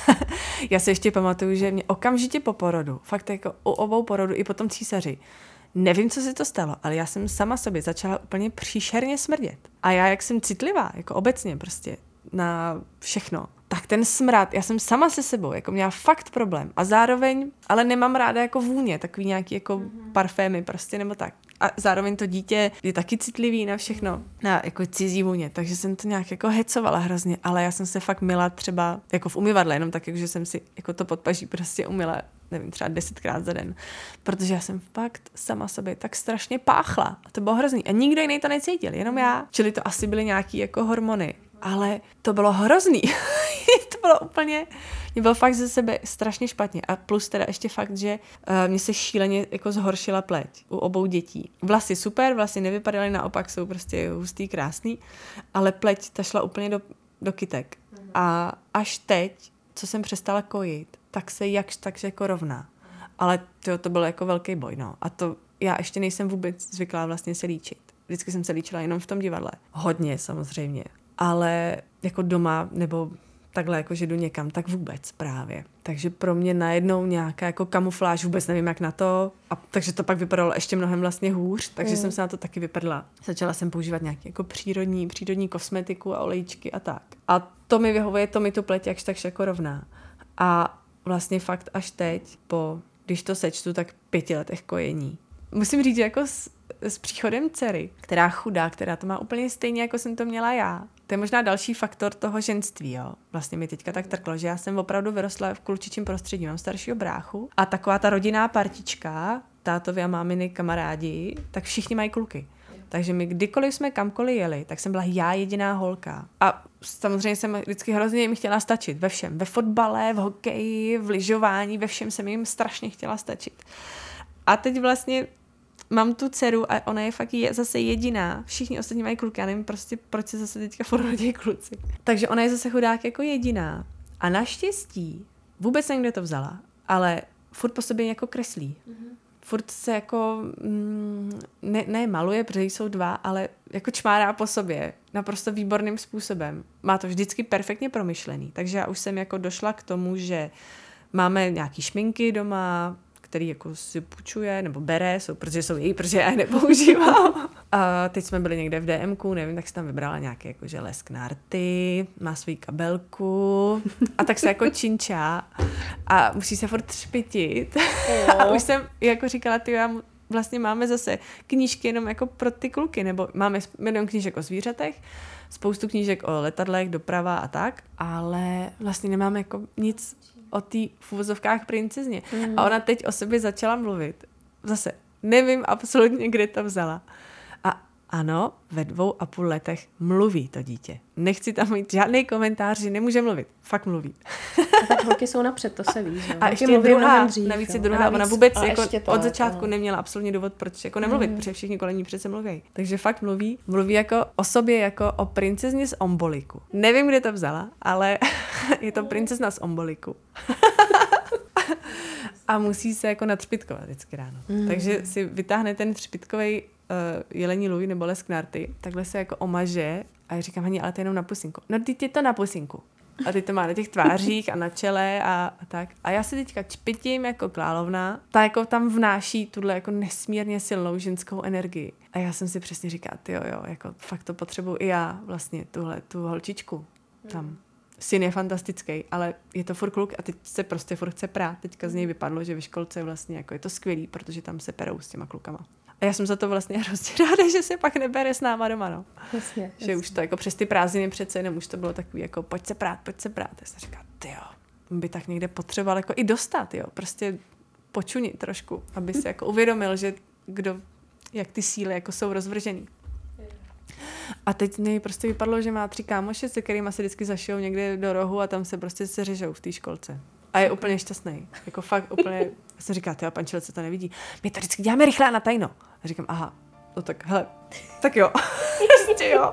Já si ještě pamatuju, že mě okamžitě po porodu, fakt jako u obou porodu i po tom císaři, nevím, co se to stalo, ale já jsem sama sobě začala úplně příšerně smrdět. A já, jak jsem citlivá, jako obecně prostě na všechno, tak ten smrad, já jsem sama se sebou, jako měla fakt problém. A zároveň, ale nemám ráda jako vůně, takový nějaký jako mm-hmm. parfémy prostě nebo tak. A zároveň to dítě je taky citlivý na všechno, na jako cizí vůně, takže jsem to nějak jako hecovala hrozně, ale já jsem se fakt myla třeba jako v umyvadle, jenom tak, že jsem si jako to podpaží prostě umyla, nevím, třeba desetkrát za den, protože já jsem fakt sama sobě tak strašně páchla a to bylo hrozný a nikdo jiný to necítil, jenom já, čili to asi byly nějaký jako hormony, ale to bylo hrozný. To bylo úplně, mě bylo fakt ze sebe strašně špatně a plus teda ještě fakt, že uh, mě se šíleně jako zhoršila pleť u obou dětí. Vlasy super, vlasy nevypadaly, naopak jsou prostě hustý, krásný, ale pleť ta šla úplně do, do kytek. Mhm. A až teď, co jsem přestala kojit, tak se jakž tak jako rovná. Ale to, to byl jako velký boj, no. A to já ještě nejsem vůbec zvyklá vlastně se líčit. Vždycky jsem se líčila jenom v tom divadle. Hodně samozřejmě. Ale jako doma nebo takhle, jako že jdu někam, tak vůbec právě. Takže pro mě najednou nějaká jako kamufláž, vůbec nevím jak na to, a takže to pak vypadalo ještě mnohem vlastně hůř, takže mm. jsem se na to taky vyprdla. Začala jsem používat nějaký jako přírodní, přírodní kosmetiku a olejčky a tak. A to mi vyhovuje, to mi tu pleť jakž takž jako rovná. A vlastně fakt až teď, po, když to sečtu, tak pěti letech kojení. Musím říct, že jako s, s příchodem dcery, která chudá, která to má úplně stejně, jako jsem to měla já. To je možná další faktor toho ženství, jo. Vlastně mi teďka tak trklo, že já jsem opravdu vyrostla v klučičím prostředí, mám staršího bráchu a taková ta rodinná partička tátovi a máminy kamarádi, tak všichni mají kluky. Takže my kdykoliv jsme kamkoliv jeli, tak jsem byla já jediná holka. A samozřejmě jsem vždycky hrozně jim chtěla stačit. Ve všem. Ve fotbale, v hokeji, v lyžování, ve všem jsem jim strašně chtěla stačit. A teď vlastně mám tu dceru a ona je fakt je zase jediná. Všichni ostatní mají kluky. Já nevím prostě, proč se zase teďka furt rodí kluci. Takže ona je zase chudák jako jediná. A naštěstí, vůbec nevím, kde to vzala, ale furt po sobě jako kreslí. Mm-hmm. Furt se jako, mm, ne, ne maluje, protože jsou dva, ale jako čmárá po sobě naprosto výborným způsobem. Má to vždycky perfektně promyšlený. Takže já už jsem jako došla k tomu, že máme nějaký šminky doma, který jako si půjčuje, nebo bere, jsou, protože jsou její, protože já je nepoužívám. A teď jsme byli někde v dé emku, nevím, tak si tam vybrala nějaký jakože lesk na rty, má svůj kabelku a tak se jako činčá a musí se furt třpitit. A už jsem jako říkala, ty já vlastně máme zase knížky jenom jako pro ty kluky, nebo máme milion knížek o zvířatech, spoustu knížek o letadlech, doprava a tak, ale vlastně nemáme jako nic o té v uvozovkách princezně. Mm. A ona teď o sobě začala mluvit. Zase nevím absolutně, kde to vzala. A ano, ve dvou a půl letech mluví to dítě. Nechci tam mít žádný komentář, že nemůže mluvit. Fakt mluví. A tak holky jsou napřed, to se ví. Že? A ještě druhá, dřív, navíc je druhá. Navíc, ona vůbec jako to, od začátku to. neměla absolutně důvod, proč jako nemluvit, mm. protože všichni kolem ní přece mluví. Takže fakt mluví. Mluví jako o sobě, jako o princezně z Omboliku. Nevím, kde to vzala, ale je to princezna z Omboliku. A musí se jako natřpitkovat vždycky ráno. Mm. Takže si vytáhne ten třpitkovej uh, jelení lůj nebo lesk na rty, takhle se jako omaže a já říkám, Hani, ale to je jenom na pusinku. No teď je to na pusinku. A teď to má na těch tvářích a na čele a, a tak. A já si teďka čpitím jako královna, ta jako tam vnáší tuhle jako nesmírně silnou ženskou energii. A já jsem si přesně říkala, jo, jo, jako fakt to potřebuji i já vlastně, tuhle, tu holčičku tam. Mm. Syn je fantastický, ale je to furt kluk a teď se prostě furt chce prát. Teďka z něj vypadlo, že ve školce vlastně jako je to skvělý, protože tam se perou s těma klukama. A já jsem za to vlastně hrozně ráda, že se pak nebere s náma doma, no. Jasně, že jasně. Už to jako přes ty prázdniny přece jenom už to bylo takový jako pojď se prát, pojď se prát. Já jsem říkala, tyjo, by tak někde potřeboval jako i dostat, jo, prostě počunit trošku, aby si jako uvědomil, že kdo, jak ty síly jako jsou rozvržený. A teď mi prostě vypadlo, že má tři kámoše, se kterýma se vždycky zašijou někde do rohu a tam se prostě se řežou v té školce. A je úplně šťastný. Jako fakt úplně, já jsem říkala, tyjo, pan Čilec se to nevidí. My to vždycky děláme rychle a na tajno. A říkám, aha, no tak hele, tak jo. Ještě jo.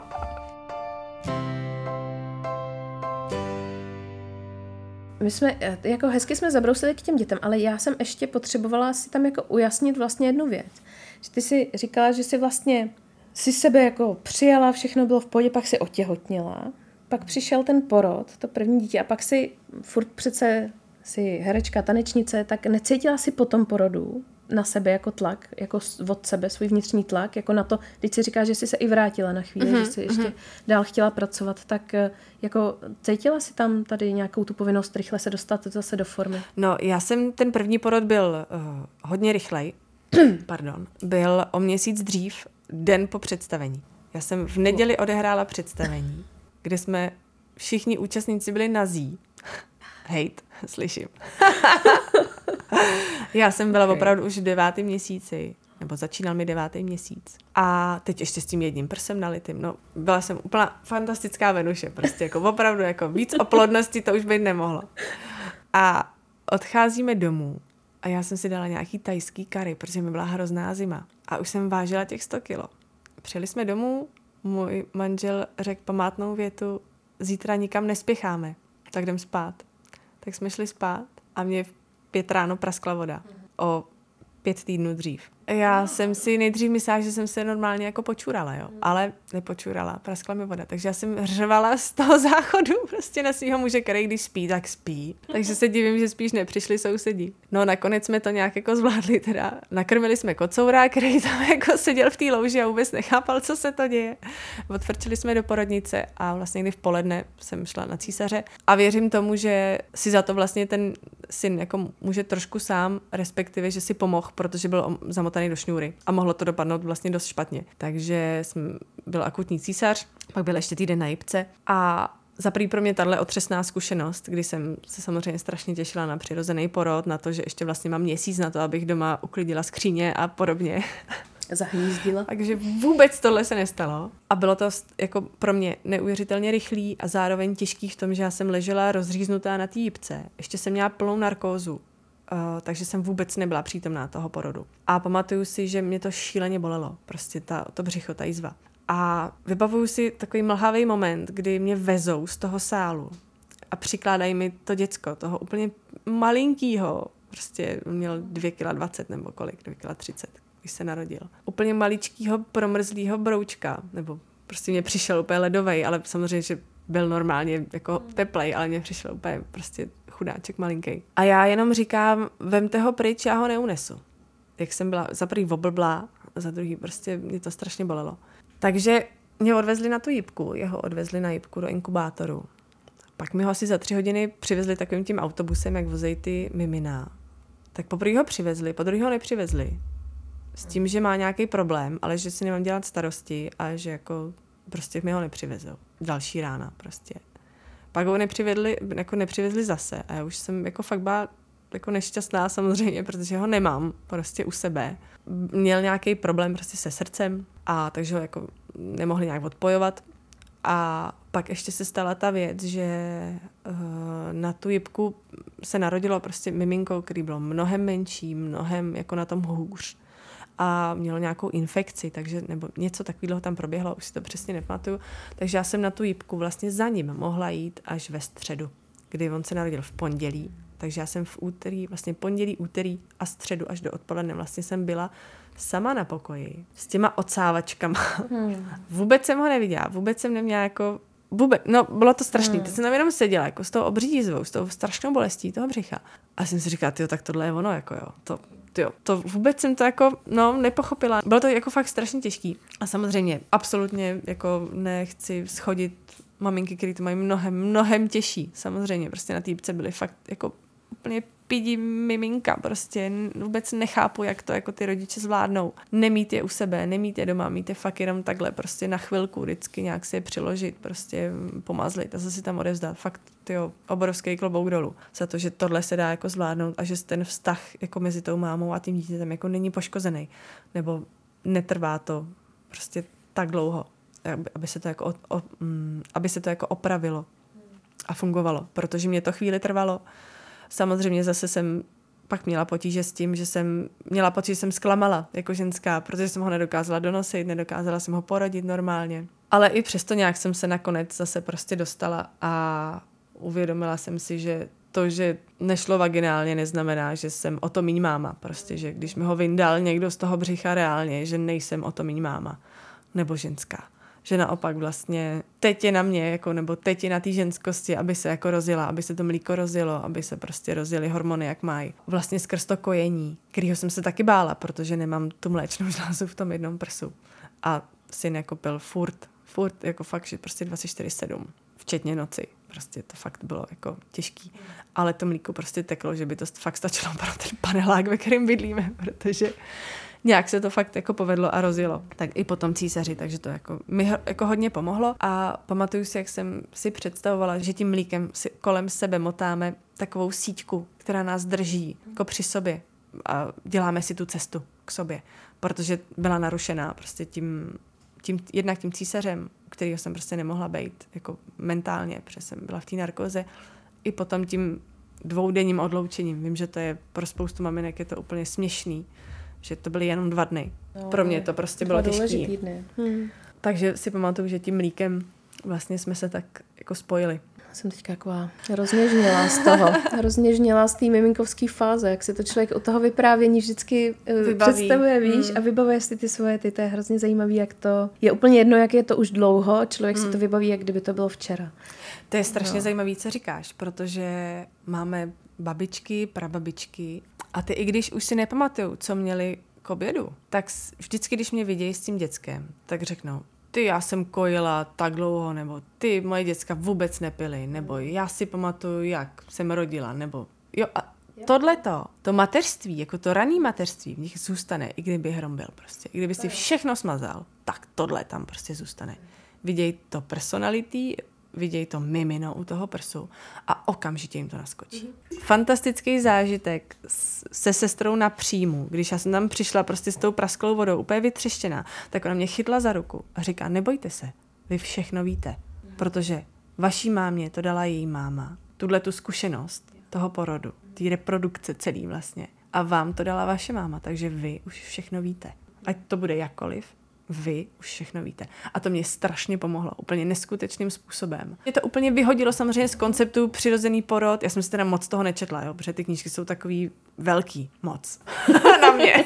My jsme, jako hezky jsme zabrousili k těm dětem, ale já jsem ještě potřebovala si tam jako ujasnit vlastně jednu věc. Že ty si říkala, že si vlastně si sebe jako přijala, všechno bylo v pohodě, pak si otěhotněla, pak přišel ten porod, to první dítě a pak si furt přece si herečka, tanečnice, tak necítila si po tom porodu na sebe jako tlak, jako od sebe, svůj vnitřní tlak, jako na to, když si říká, že jsi se i vrátila na chvíli, mm-hmm, že si ještě mm-hmm. dál chtěla pracovat, tak jako cítila si tam tady nějakou tu povinnost rychle se dostat zase do formy? No, já jsem, ten první porod byl uh, hodně rychlej, pardon, byl o měsíc dřív, den po představení. Já jsem v neděli odehrála představení, kde jsme všichni účastníci byli nazí. Hejt, slyším. Já jsem byla okay. opravdu už v devátém měsíci, nebo začínal mi devátý měsíc. A teď ještě s tím jedním prsem nalitým. No, byla jsem úplná fantastická Venuše, prostě jako opravdu jako víc o plodnosti to už být nemohlo. A odcházíme domů a já jsem si dala nějaký tajský curry, protože mi byla hrozná zima. A už jsem vážila těch sto kilo. Přijeli jsme domů, můj manžel řekl památnou větu, zítra nikam nespěcháme, tak jdem spát. Tak jsme šli spát a mě v pět ráno praskla voda. O pět týdnů dřív. Já jsem si nejdřív myslela, že jsem se normálně jako počurala, jo. Ale nepočurala, praskla mi voda. Takže já jsem hřvala z toho záchodu prostě na svýho muže, který když spí, tak spí. Takže se divím, že spíš nepřišli sousedí. No nakonec jsme to nějak jako zvládli teda. Nakrmili jsme kocoura, který tam jako seděl v té louži a vůbec nechápal, co se to děje. Odfrčili jsme do porodnice a vlastně někdy v poledne jsem šla na císaře a věřím tomu, že si za to vlastně ten syn jako může trošku sám, respektive, že si pomohl, protože byl zamotaný do šňůry a mohlo to dopadnout vlastně dost špatně. Takže jsem byl akutní císař, pak byl ještě týden na jipce a za prý pro mě tahle otřesná zkušenost, kdy jsem se samozřejmě strašně těšila na přirozený porod, na to, že ještě vlastně mám měsíc na to, abych doma uklidila skříně a podobně. Zahnízdila. Takže vůbec tohle se nestalo. A bylo to jako pro mě neuvěřitelně rychlý a zároveň těžký v tom, že já jsem ležela rozříznutá na té jípce. Ještě jsem měla plnou narkózu, uh, takže jsem vůbec nebyla přítomná toho porodu. A pamatuju si, že mě to šíleně bolelo. Prostě ta, to břicho, ta jizva. A vybavuju si takový mlhavý moment, kdy mě vezou z toho sálu a přikládají mi to děcko, toho úplně malinkýho, prostě měl dvě kila dvacet nebo kolik, dvě kila třicet, když se narodil. Úplně maličkýho promrzlýho broučka, nebo prostě mě přišel úplně ledovej, ale samozřejmě, že byl normálně jako teplej, ale mě přišel úplně prostě chudáček malinký. A já jenom říkám, vemte ho pryč, já ho neunesu. Jak jsem byla za prvý oblblá, za druhý prostě mě to strašně bolelo. Takže mě odvezli na tu jipku, jeho odvezli na jipku do inkubátoru. Pak mi ho asi za tři hodiny přivezli takovým tím autobusem, jak vozejí ty mimina. Tak poprvé ho přivezli, po druhý ho nepřivezli. S tím, že má nějaký problém, ale že si nemám dělat starosti a že jako prostě mi ho nepřivezou. Další rána prostě. Pak ho nepřivedli, jako nepřivezli zase a já už jsem jako fakt byla jako nešťastná samozřejmě, protože ho nemám prostě u sebe. Měl nějaký problém prostě se srdcem a takže ho jako nemohli nějak odpojovat. A pak ještě se stala ta věc, že uh, na tu jipku se narodilo prostě miminko, který bylo mnohem menší, mnohem jako na tom hůř a mělo nějakou infekci, takže nebo něco takového tam proběhlo, už si to přesně nepamatuju. Takže já jsem na tu jipku vlastně za ním mohla jít až ve středu, kdy on se narodil v pondělí. Takže já jsem v úterý, vlastně pondělí, úterý a středu až do odpoledne vlastně jsem byla sama na pokoji s těma odsávačkama. Hmm. Vůbec jsem ho neviděla, vůbec jsem neměla jako, vůbec, no bylo to strašný. Hmm. Teď jsem tam jenom seděla, jako s tou obří jízvou, s tou strašnou bolestí toho břicha. A jsem si říkala, tyjo, tak tohle je ono, jako jo, to, tyjo, to vůbec jsem to jako, no, nepochopila. Bylo to jako fakt strašně těžký. A samozřejmě absolutně jako nechci schodit maminky, které to mají mnohem, mnohem těžší. Samozřejmě, prostě na té jipce byly fakt jako úplně pidi miminka, prostě vůbec nechápu, jak to jako ty rodiče zvládnou. Nemít je u sebe, nemít je doma, mít je fakt jenom takhle, prostě na chvilku, vždycky nějak si je přiložit, prostě pomazlit a zase tam odevzdat. Fakt, tyjo, obrovský klobouk dolů za to, že tohle se dá jako zvládnout a že ten vztah jako mezi tou mámou a tím dítětem jako není poškozený, nebo netrvá to prostě tak dlouho, aby, aby se to jako o, o, um, aby se to jako opravilo a fungovalo, protože mě to chvíli trvalo. Samozřejmě zase jsem pak měla potíže s tím, že jsem měla pocit, že jsem zklamala jako ženská, protože jsem ho nedokázala donosit, nedokázala jsem ho porodit normálně. Ale i přesto nějak jsem se nakonec zase prostě dostala a uvědomila jsem si, že to, že nešlo vaginálně, neznamená, že jsem o to míň máma. Prostě, že když mi ho vyndal někdo z toho břicha reálně, že nejsem o to míň máma nebo ženská. Že naopak vlastně teď je na mě, jako, nebo teď je na té ženskosti, aby se jako rozjela, aby se to mlíko rozjelo, aby se prostě rozjely hormony, jak mají. Vlastně skrz to kojení, kterýho jsem se taky bála, protože nemám tu mléčnou žlázu v tom jednom prsu. A syn jako pil furt, furt, jako fakt, že prostě dvacet čtyři sedm, včetně noci. Prostě to fakt bylo jako těžký. Ale to mlíko prostě teklo, že by to fakt stačilo pro ten panelák, ve kterém bydlíme, protože nějak se to fakt jako povedlo a rozjelo. Tak i potom císaři, takže to jako mi jako hodně pomohlo a pamatuju si, jak jsem si představovala, že tím mlíkem si kolem sebe motáme takovou síťku, která nás drží jako při sobě a děláme si tu cestu k sobě, protože byla narušená prostě tím, tím jednak tím císařem, kterýho jsem prostě nemohla bejt jako mentálně, protože jsem byla v té narkóze, i potom tím dvoudenním odloučením. Vím, že to je pro spoustu maminek je to úplně směšný, že to byly jenom dva dny. No, pro mě to prostě bylo těžké. Hmm. Takže si pamatuju, že tím mlíkem vlastně jsme se tak jako spojili. Jsem teďka taková rozněžnělá z toho. Rozněžnělá z té miminkovské fáze, jak se to člověk u toho vyprávění vždycky vybaví. Představuje, víš, hmm. a vybavuje si ty svoje ty. To je hrozně zajímavé, jak to je úplně jedno, jak je to už dlouho. Člověk hmm. si to vybaví, jak kdyby to bylo včera. To je strašně no. zajímavé, co říkáš, protože máme babičky, prababičky a ty, i když už si nepamatuju, co měli k obědu, tak vždycky, když mě vidějí s tím dětskem, tak řeknou, ty, já jsem kojila tak dlouho, nebo ty, moje děcka vůbec nepily, nebo já si pamatuju, jak jsem rodila, nebo jo, a tohleto, to mateřství, jako to raný mateřství v nich zůstane, i kdyby hrom byl prostě. I kdyby si všechno smazal, tak tohle tam prostě zůstane. Vidějí to personality, vidějí to mimino u toho prsu a okamžitě jim to naskočí. Mm-hmm. Fantastický zážitek se sestrou na příjmu, když já jsem tam přišla prostě s tou prasklou vodou, úplně vytřeštěná, tak ona mě chytla za ruku a říká, nebojte se, vy všechno víte, mm-hmm. protože vaší mámě to dala její máma, tuhle tu zkušenost toho porodu, té reprodukce celý vlastně. A vám to dala vaše máma, takže vy už všechno víte. Ať to bude jakkoliv, vy už všechno víte. A to mě strašně pomohlo, úplně neskutečným způsobem. Mě to úplně vyhodilo samozřejmě z konceptu přirozený porod. Já jsem si teda moc toho nečetla, jo, protože ty knížky jsou takový velký moc na mě.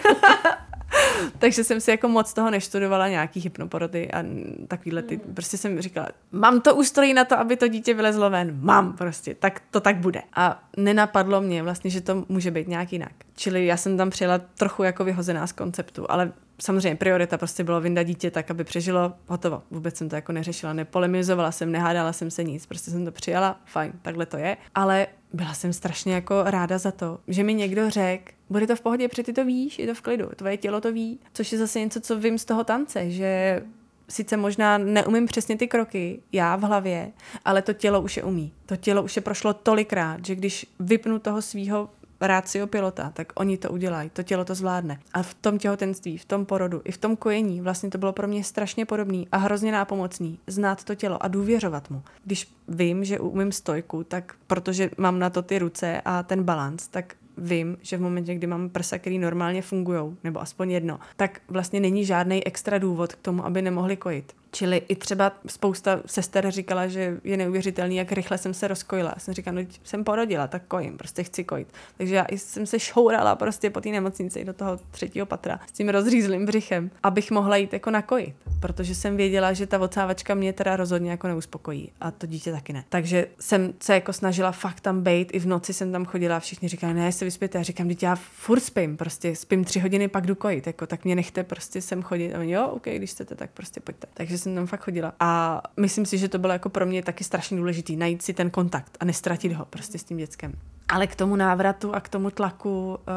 Takže jsem si jako moc toho neštudovala, nějaký hypnoporody a takovýhle ty, prostě jsem říkala, mám to ústrojí na to, aby to dítě vylezlo ven, mám prostě, tak to tak bude. A nenapadlo mě vlastně, že to může být nějak jinak. Čili já jsem tam přijela trochu jako vyhozená z konceptu, ale samozřejmě priorita prostě bylo vyndat dítě tak, aby přežilo, hotovo. Vůbec jsem to jako neřešila, nepolemizovala jsem, nehádala jsem se nic, prostě jsem to přijala, fajn, takhle to je. Ale byla jsem strašně jako ráda za to, že mi někdo řekl, bude to v pohodě, protože ty to víš, je to v klidu, tvoje tělo to ví, což je zase něco, co vím z toho tance, že sice možná neumím přesně ty kroky, já v hlavě, ale to tělo už je umí. To tělo už je prošlo tolikrát, že když vypnu toho svýho rácio pilota, tak oni to udělají, to tělo to zvládne. A v tom těhotenství, v tom porodu, i v tom kojení vlastně to bylo pro mě strašně podobný a hrozně nápomocný znát to tělo a důvěřovat mu. Když vím, že umím stojku, tak protože mám na to ty ruce a ten balanc, tak vím, že v momentě, kdy mám prsa, který normálně fungujou, nebo aspoň jedno, tak vlastně není žádný extra důvod k tomu, aby nemohli kojit. Čili i třeba spousta sester říkala, že je neuvěřitelný, jak rychle jsem se rozkojila. Já jsem říkala, no jsem porodila, tak kojím, prostě chci kojit. Takže já jsem se šourala prostě po té nemocnici do toho třetího patra s tím rozřízlým břichem, abych mohla jít jako nakojit, protože jsem věděla, že ta odsávačka mě teda rozhodně jako neuspokojí a to dítě taky ne. Takže jsem se jako snažila fakt tam bejt, i v noci jsem tam chodila a všichni říkali, ne, se vyspěte. Já říkám, dítě, já furt spím, prostě spím tři hodiny, pak jdu kojit, jako tak mě nechte prostě sem chodit. A oni, jo, OK, když chcete, tak prostě pojďte. Takže jsem tam fakt chodila. A myslím si, že to bylo jako pro mě taky strašně důležitý najít si ten kontakt a nestratit ho prostě s tím dětskem. Ale k tomu návratu a k tomu tlaku uh,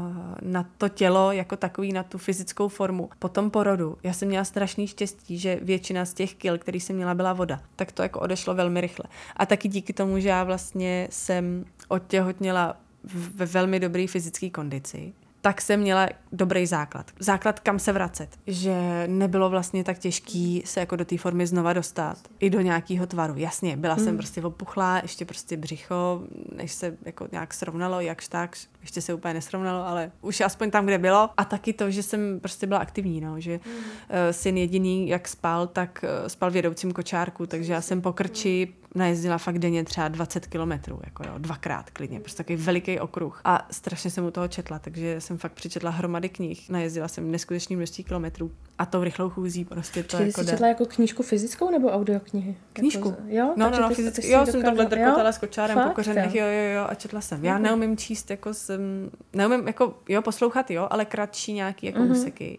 na to tělo jako takový, na tu fyzickou formu po tom porodu. Já jsem měla strašný štěstí, že většina z těch kil, který jsem měla, byla voda. Tak to jako odešlo velmi rychle. A taky díky tomu, že já vlastně jsem otěhotněla ve velmi dobré fyzické kondici, tak jsem měla dobrý základ. Základ, kam se vracet. Že nebylo vlastně tak těžký se jako do té formy znova dostat. I do nějakého tvaru. Jasně, byla mm. jsem prostě opuchlá, ještě prostě břicho, než se jako nějak srovnalo, jakž tak, ještě se úplně nesrovnalo, ale už aspoň tam, kde bylo. A taky to, že jsem prostě byla aktivní, no, že mm. uh, syn jediný, jak spal, tak uh, spal v jedoucím kočárku, takže já jsem po krči najezdila fakt denně třeba dvacet kilometrů, jako jo, dvakrát klidně, prostě takový veliký okruh. A strašně jsem u toho četla, takže jsem fakt přečetla hromady knih, najezdila jsem neskutečný množství kilometrů a tou rychlou chůzí prostě to Čili jako jsi jde. četla jako knížku fyzickou nebo audioknihy? Knížku. Jako, jo? No, no, no, fyzicky. Jo, jsem takhle drkotala s kočárem Fakt, po kořenech, jo, jo, jo, a četla jsem. Já mm-hmm. neumím číst, jako jsem, neumím, jako, jo, poslouchat, jo, ale kratší nějaký, jako mm-hmm. úseky.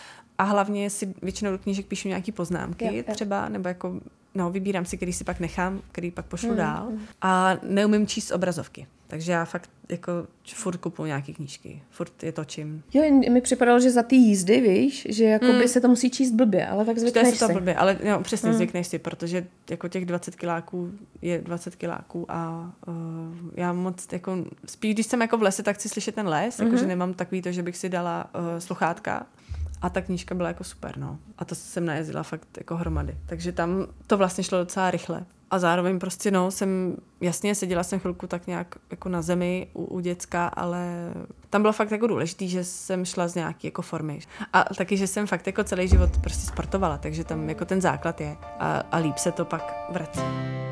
A hlavně si většinou do knížek píšu nějaký poznámky jo, jo. třeba, nebo jako no, vybírám si, který si pak nechám, který pak pošlu mm, dál. Mm. A neumím číst obrazovky. Takže já fakt jako furt kupuju nějaký knížky. Furt je točím. Jo, mi připadalo, že za ty jízdy, víš, že jakoby mm. se to musí číst blbě, ale tak zvykneš si. To je to blbě, ale no, přesně mm. zvykneš si, protože jako těch dvacet kiláků je dvacet kiláků a uh, já moc jako, spíš když jsem jako v lese, tak chci slyšet ten les, mm-hmm. jakože nemám takový to, že bych si dala uh, sluchátka. A ta knížka byla jako super, no. A to jsem najezdila fakt jako hromady. Takže tam to vlastně šlo docela rychle. A zároveň prostě, no, jsem, jasně, seděla jsem chvilku tak nějak jako na zemi u, u děcka, ale tam bylo fakt jako důležitý, že jsem šla z nějaký jako formy. A taky, že jsem fakt jako celý život prostě sportovala, takže tam jako ten základ je. A, a líp se to pak vrací.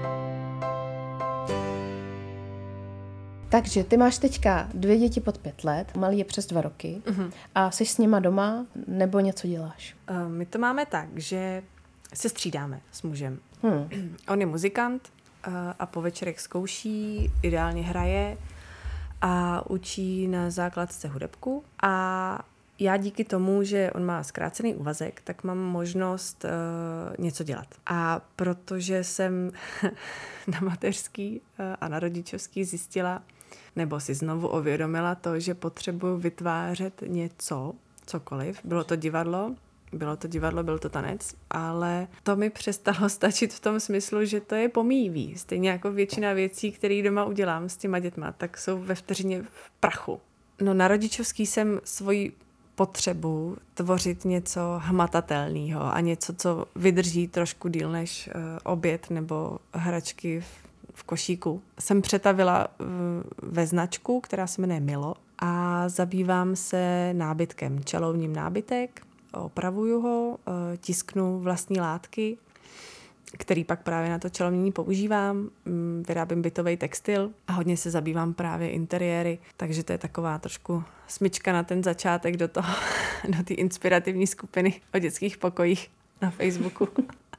Takže ty máš teďka dvě děti pod pět let, malý je přes dva roky uh-huh. a jsi s nima doma nebo něco děláš? Uh, my to máme tak, že se střídáme s mužem. Hmm. On je muzikant uh, a po večerech zkouší, ideálně hraje a učí na základce hudebku a já díky tomu, že on má zkrácený úvazek, tak mám možnost uh, něco dělat. A protože jsem na mateřský uh, a na rodičovský zjistila, nebo si znovu uvědomila to, že potřebuji vytvářet něco, cokoliv. Bylo to divadlo, bylo to divadlo, byl to tanec, ale to mi přestalo stačit v tom smyslu, že to je pomíjivý. Stejně jako většina věcí, které doma udělám s těma dětma, tak jsou ve vteřině v prachu. No na rodičovský jsem svoji potřebu tvořit něco hmatatelného a něco, co vydrží trošku díl než uh, oběd nebo hračky v, v košíku. Jsem přetavila uh, ve značku, která se jmenuje Milo a zabývám se nábytkem, čelovním nábytek, opravuju ho, uh, tisknu vlastní látky, který pak právě na to čelovnění používám. Vyrábím bytový textil a hodně se zabývám právě interiéry, takže to je taková trošku smyčka na ten začátek do toho, do té inspirativní skupiny o dětských pokojích na Facebooku.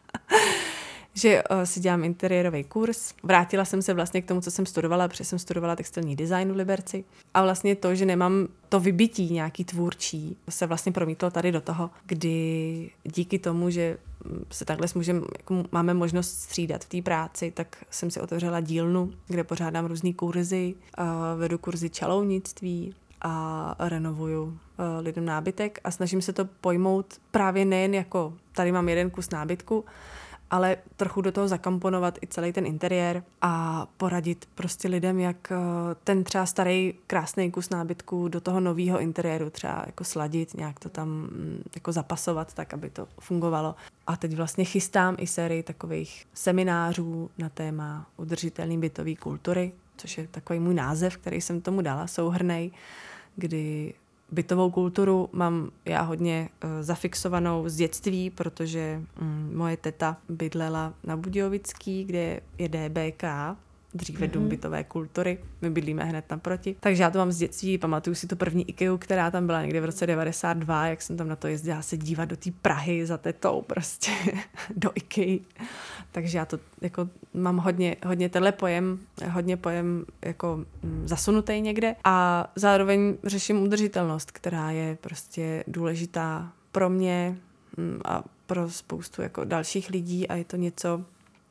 že uh, si dělám interiérový kurz. Vrátila jsem se vlastně k tomu, co jsem studovala, protože jsem studovala textilní design v Liberci. A vlastně to, že nemám to vybití nějaký tvůrčí, se vlastně promítlo tady do toho, kdy díky tomu, že se takhle s mužem jako máme možnost střídat v té práci, tak jsem si otevřela dílnu, kde pořádám různý kurzy, uh, vedu kurzy čalounictví a renovuju uh, lidem nábytek a snažím se to pojmout právě nejen jako tady mám jeden kus nábytku, ale trochu do toho zakomponovat i celý ten interiér a poradit prostě lidem, jak ten třeba starý krásný kus nábytku do toho nového interiéru třeba jako sladit, nějak to tam jako zapasovat tak, aby to fungovalo. A teď vlastně chystám i sérii takových seminářů na téma udržitelné bytové kultury, což je takový můj název, který jsem tomu dala, souhrnnej, kdy bytovou kulturu mám já hodně uh, zafixovanou z dětství, protože um, moje teta bydlela na Budějovický, kde je D B K, dříve mm-hmm. Dům bytové kultury. My bydlíme hned naproti. Takže já to mám z dětství, pamatuju si tu první IKEA, která tam byla někde v roce devadesát dva, jak jsem tam na to jezdila se dívat do té Prahy za tetou prostě do IKEA. Takže já to jako mám hodně, hodně tenhle pojem, hodně pojem jako zasunutý někde a zároveň řeším udržitelnost, která je prostě důležitá pro mě a pro spoustu jako dalších lidí a je to něco,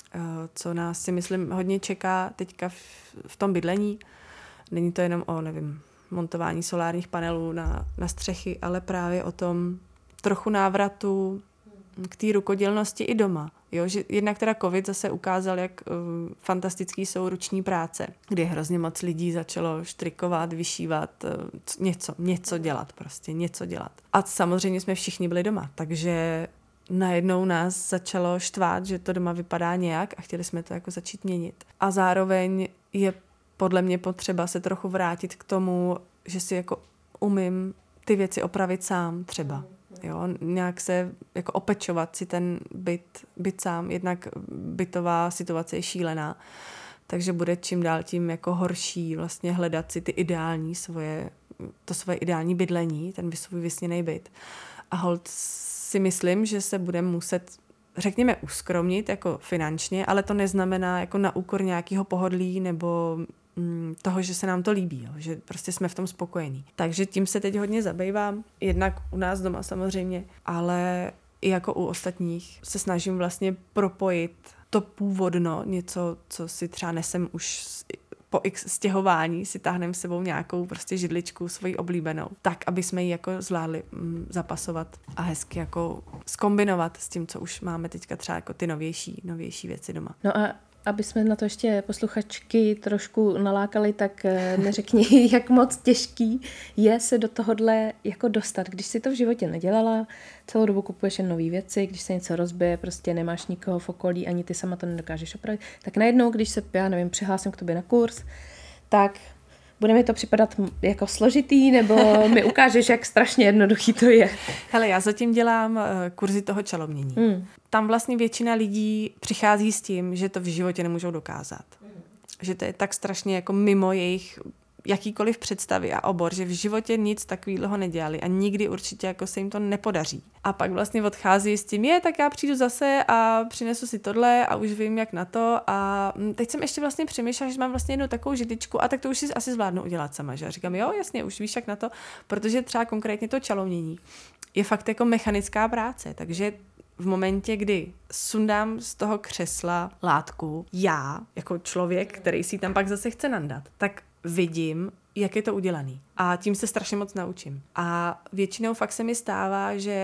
co nás si myslím hodně čeká teďka v, v tom bydlení. Není to jenom o, nevím, montování solárních panelů na, na střechy, ale právě o tom trochu návratu k té rukodělnosti i doma. Jo, že jednak teda covid zase ukázal, jak uh, fantastický jsou ruční práce, kdy hrozně moc lidí začalo štrikovat, vyšívat, uh, něco, něco dělat prostě, něco dělat. A samozřejmě jsme všichni byli doma, takže najednou nás začalo štvát, že to doma vypadá nějak a chtěli jsme to jako začít měnit. A zároveň je podle mě potřeba se trochu vrátit k tomu, že si jako umím ty věci opravit sám třeba. Jo, nějak se jako opečovat si ten byt, byt sám, jednak bytová situace je šílená, takže bude čím dál tím jako horší vlastně hledat si ty ideální svoje, to svoje ideální bydlení, ten svůj vysněný byt. A holt si myslím, že se budeme muset, řekněme, uskromnit jako finančně, ale to neznamená jako na úkor nějakého pohodlí nebo mm, toho, že se nám to líbí, jo, že prostě jsme v tom spokojení. Takže tím se teď hodně zabývám, jednak u nás doma samozřejmě, ale i jako u ostatních se snažím vlastně propojit to původno, něco, co si třeba nesem už po x stěhování, si táhneme s sebou nějakou prostě židličku svoji oblíbenou, tak, aby jsme ji jako zvládli mm, zapasovat a hezky jako zkombinovat s tím, co už máme teďka třeba jako ty novější, novější věci doma. No a aby jsme na to ještě posluchačky trošku nalákali, tak neřekni, jak moc těžký je se do tohohle jako dostat. Když si to v životě nedělala, celou dobu kupuješ jen nový věci, když se něco rozbije, prostě nemáš nikoho v okolí, ani ty sama to nedokážeš opravit, tak najednou, když se, já nevím, přihlásím k tobě na kurz, tak bude mi to připadat jako složitý, nebo mi ukážeš, jak strašně jednoduchý to je? Hele, já zatím dělám kurzy toho čalovnění. Hmm. Tam vlastně většina lidí přichází s tím, že to v životě nemůžou dokázat. Hmm. Že to je tak strašně jako mimo jejich jakýkoliv představy a obor, že v životě nic takového nedělali a nikdy určitě jako se jim to nepodaří. A pak vlastně odchází s tím, je, tak já přijdu zase a přinesu si tohle a už vím, jak na to. A teď jsem ještě vlastně přemýšlela, že mám vlastně jednu takovou židličku a tak to už si asi zvládnu udělat sama. Že? A říkám, jo, jasně, už víš, jak na to, protože třeba konkrétně to čalovnění je fakt jako mechanická práce, takže v momentě, kdy sundám z toho křesla látku, já, jako člověk, který si tam pak zase chce nandat, tak vidím, jak je to udělaný. A tím se strašně moc naučím. A většinou fakt se mi stává, že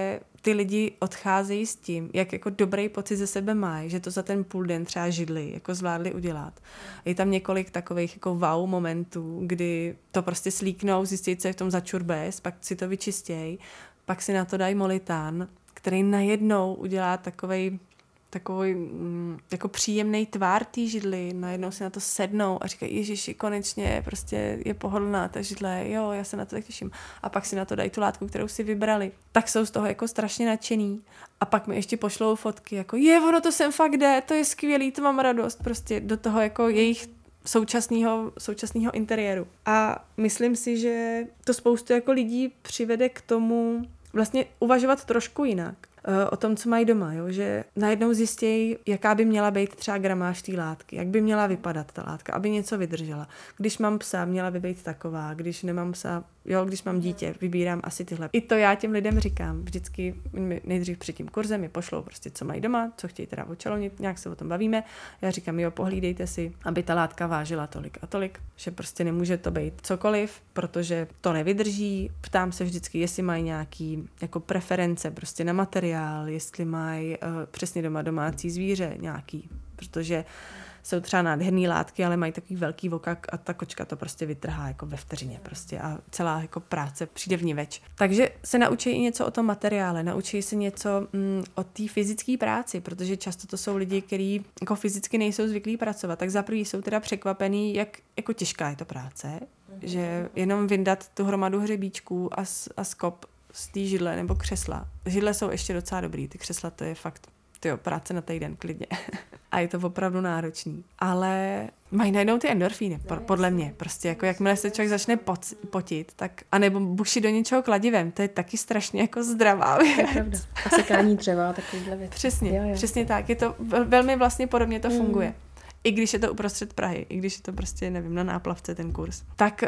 ty lidi odcházejí s tím, jak jako dobrý pocit ze sebe mají, že to za ten půl den třeba židli, jako zvládli udělat. Je tam několik takových jako wow momentů, kdy to prostě slíknou, zjistí, co je v tom za čurbes, pak si to vyčistějí, pak si na to dají molitán, který najednou udělá takovej takový mm, jako příjemný tvár té židly, najednou si na to sednou a říkají, ježiši, konečně prostě je pohodlná ta židle, jo, já se na to tak těším. A pak si na to dají tu látku, kterou si vybrali. Tak jsou z toho jako strašně nadšený. A pak mi ještě pošlou fotky, jako je, ono to sem fakt jde, to je skvělý, to mám radost, prostě do toho jako jejich současného, současného interiéru. A myslím si, že to spoustu jako lidí přivede k tomu vlastně uvažovat trošku jinak o tom, co mají doma, jo? Že najednou zjistějí, jaká by měla být třeba gramáž té látky, jak by měla vypadat ta látka, aby něco vydržela. Když mám psa, měla by být taková, když nemám psa, jo, když mám dítě, vybírám asi tyhle. I to já těm lidem říkám, vždycky nejdřív před tím kurzem mi pošlou prostě, co mají doma, co chtějí teda očelovnit, nějak se o tom bavíme. Já říkám, jo, pohlídejte si, aby ta látka vážila tolik a tolik, že prostě nemůže to být cokoliv, protože to nevydrží. Ptám se vždycky, jestli mají nějaký jako preference prostě na materiál, jestli mají uh, přesně doma domácí zvíře nějaký, protože jsou třeba nádherný látky, ale mají takový velký voka a ta kočka to prostě vytrhá jako ve vteřině prostě a celá jako práce přijde v ní več. Takže se naučí i něco o tom materiále, naučí se něco mm, o té fyzické práci, protože často to jsou lidi, kteří jako fyzicky nejsou zvyklí pracovat, tak za prvý jsou teda překvapený, jak jako těžká je to práce, mm-hmm. že jenom vyndat tu hromadu hřebíčků a, a skop z té židle nebo křesla. Židle jsou ještě docela dobrý, ty křesla to je fakt tyjo, práce na týden klidně. A je to opravdu náročný. Ale mají najednou ty endorfíny, podle mě. Prostě jako jakmile se člověk začne potit, tak anebo buši do něčeho kladivem, to je taky strašně jako zdravá věc. To je pravda. A sekání dřeva, takovýhle věc. Přesně, jo, jo. přesně tak. Je to velmi vlastně podobně to funguje. Mm. I když je to uprostřed Prahy, i když je to prostě, nevím, na náplavce ten kurz. Tak uh,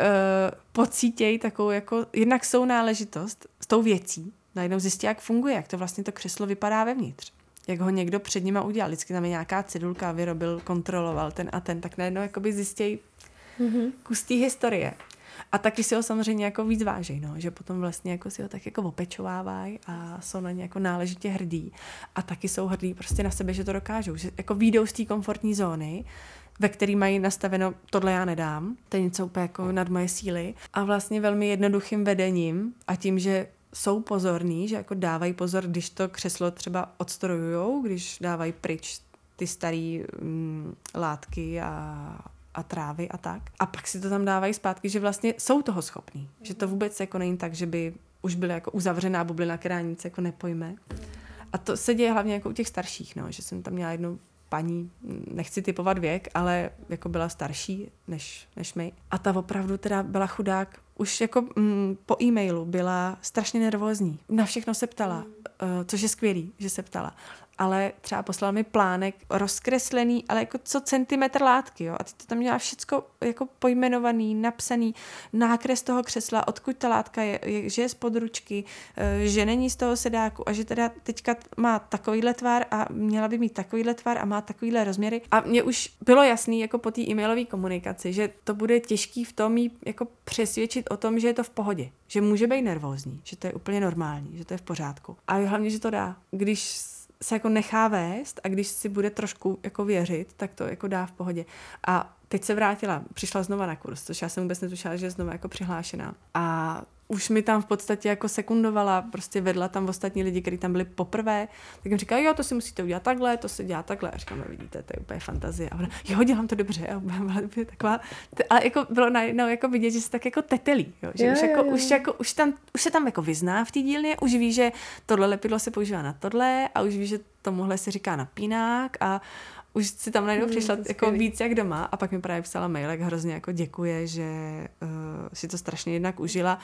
pocítěj takovou jako, jednak sounáležitost s tou věcí, najednou zjistí, jak funguje, jak to vlastně to křeslo vypadá vevnitř. Jak ho někdo před nima udělal. Vždycky tam je nějaká cedulka, vyrobil, kontroloval ten a ten, tak najednou jakoby zjistějí mm-hmm. kus té historie. A taky si ho samozřejmě jako víc váží, no, že potom vlastně jako si ho tak jako opečovávají a jsou na ně jako náležitě hrdí. A taky jsou hrdí prostě na sebe, že to dokážou. Že jako výjdou z té komfortní zóny, ve který mají nastaveno, tohle já nedám, to je něco úplně jako nad moje síly. A vlastně velmi jednoduchým vedením a tím, že jsou pozorní, že jako dávají pozor, když to křeslo třeba odstrojujou, když dávají pryč ty staré mm, látky a, a trávy a tak. A pak si to tam dávají zpátky, že vlastně jsou toho schopní. Že to vůbec jako není tak, že by už byla jako uzavřená bublina, která nic jako nepojme. A to se děje hlavně jako u těch starších, no, že jsem tam měla jednu paní, nechci typovat věk, ale jako byla starší než, než my. A ta opravdu teda byla chudák. Už jako mm, po e-mailu byla strašně nervózní. Na všechno se ptala, mm. uh, což je skvělý, že se ptala. Ale třeba poslal mi plánek rozkreslený, ale jako co centimetr látky, jo. A teď to tam měla všecko jako pojmenovaný, napsaný, nákres toho křesla, odkud ta látka je, je že je z područky, uh, že není z toho sedáku a že teda teďka má takovýhle tvar a měla by mít takovýhle tvar a má takovýhle rozměry. A mně už bylo jasný jako po té e-mailové komunikaci, že to bude těžký v tom jí jako přesvědčit o tom, že je to v pohodě, že může být nervózní, že to je úplně normální, že to je v pořádku. A hlavně, že to dá. Když se jako nechá vést a když si bude trošku jako věřit, tak to jako dá v pohodě. A teď se vrátila, přišla znova na kurz, což já jsem vůbec netušila, že je znova jako přihlášená. A už mi tam v podstatě jako sekundovala, prostě vedla tam ostatní lidi, kteří tam byli poprvé, tak jim říkala, jo, to si musíte udělat takhle, to se dělá takhle. A říkám, no vidíte, to je úplně fantazie. A ona, jo, dělám to dobře. A byla taková, ale jako bylo najednou jako vidět, že se tak jako tetelí, jo, že jo, už, jako, jo, jo. Už, jako, už, tam, už se tam jako vyzná v té dílně, už ví, že tohle lepidlo se používá na tohle a už ví, že tomuhle se říká napínák a už si tam najednou přišla mm, jako víc jak doma a pak mi právě psala mail, jak hrozně jako děkuje, že uh, si to strašně jednak užila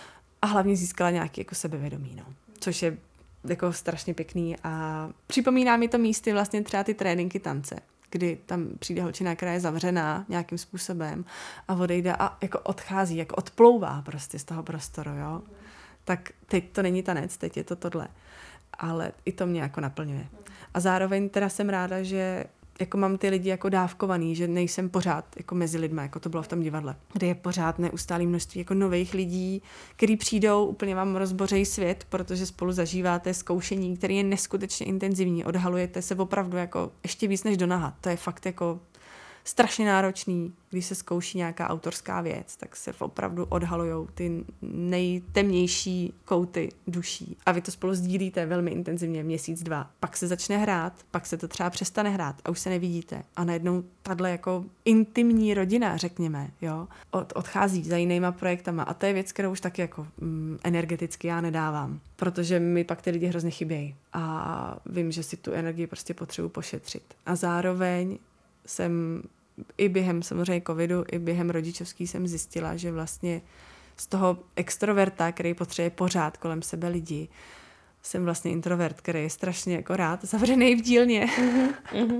a hlavně získala nějaký jako sebevědomí, no. Což je jako strašně pěkný a připomíná mi to místy vlastně třeba ty tréninky tance, kdy tam přijde holčina, která je zavřená nějakým způsobem a odejde a jako odchází, jako odplouvá prostě z toho prostoru, jo. Tak teď to není tanec, teď je to tohle. Ale i to mě jako naplňuje. A zároveň teda jsem ráda, že jako mám ty lidi jako dávkovaný, že nejsem pořád jako mezi lidma, jako to bylo v tom divadle, kde je pořád neustálé množství jako nových lidí, kteří přijdou, úplně vám rozbořejí svět, protože spolu zažíváte zkoušení, které je neskutečně intenzivní, odhalujete se opravdu jako ještě víc než do naha. To je fakt jako strašně náročný, když se zkouší nějaká autorská věc, tak se opravdu odhalujou ty nejtemnější kouty duší. A vy to spolu sdílíte velmi intenzivně měsíc, dva. Pak se začne hrát, pak se to třeba přestane hrát a už se nevidíte. A najednou tahle jako intimní rodina, řekněme, jo, od, odchází za jinýma projektama. A to je věc, kterou už taky jako mm, energeticky já nedávám, protože mi pak ty lidi hrozně chybějí. A vím, že si tu energii prostě potřebuji pošetřit. A zároveň jsem i během samozřejmě covidu, i během rodičovský jsem zjistila, že vlastně z toho extroverta, který potřebuje pořád kolem sebe lidi, jsem vlastně introvert, který je strašně jako rád zavřený v dílně, mm-hmm.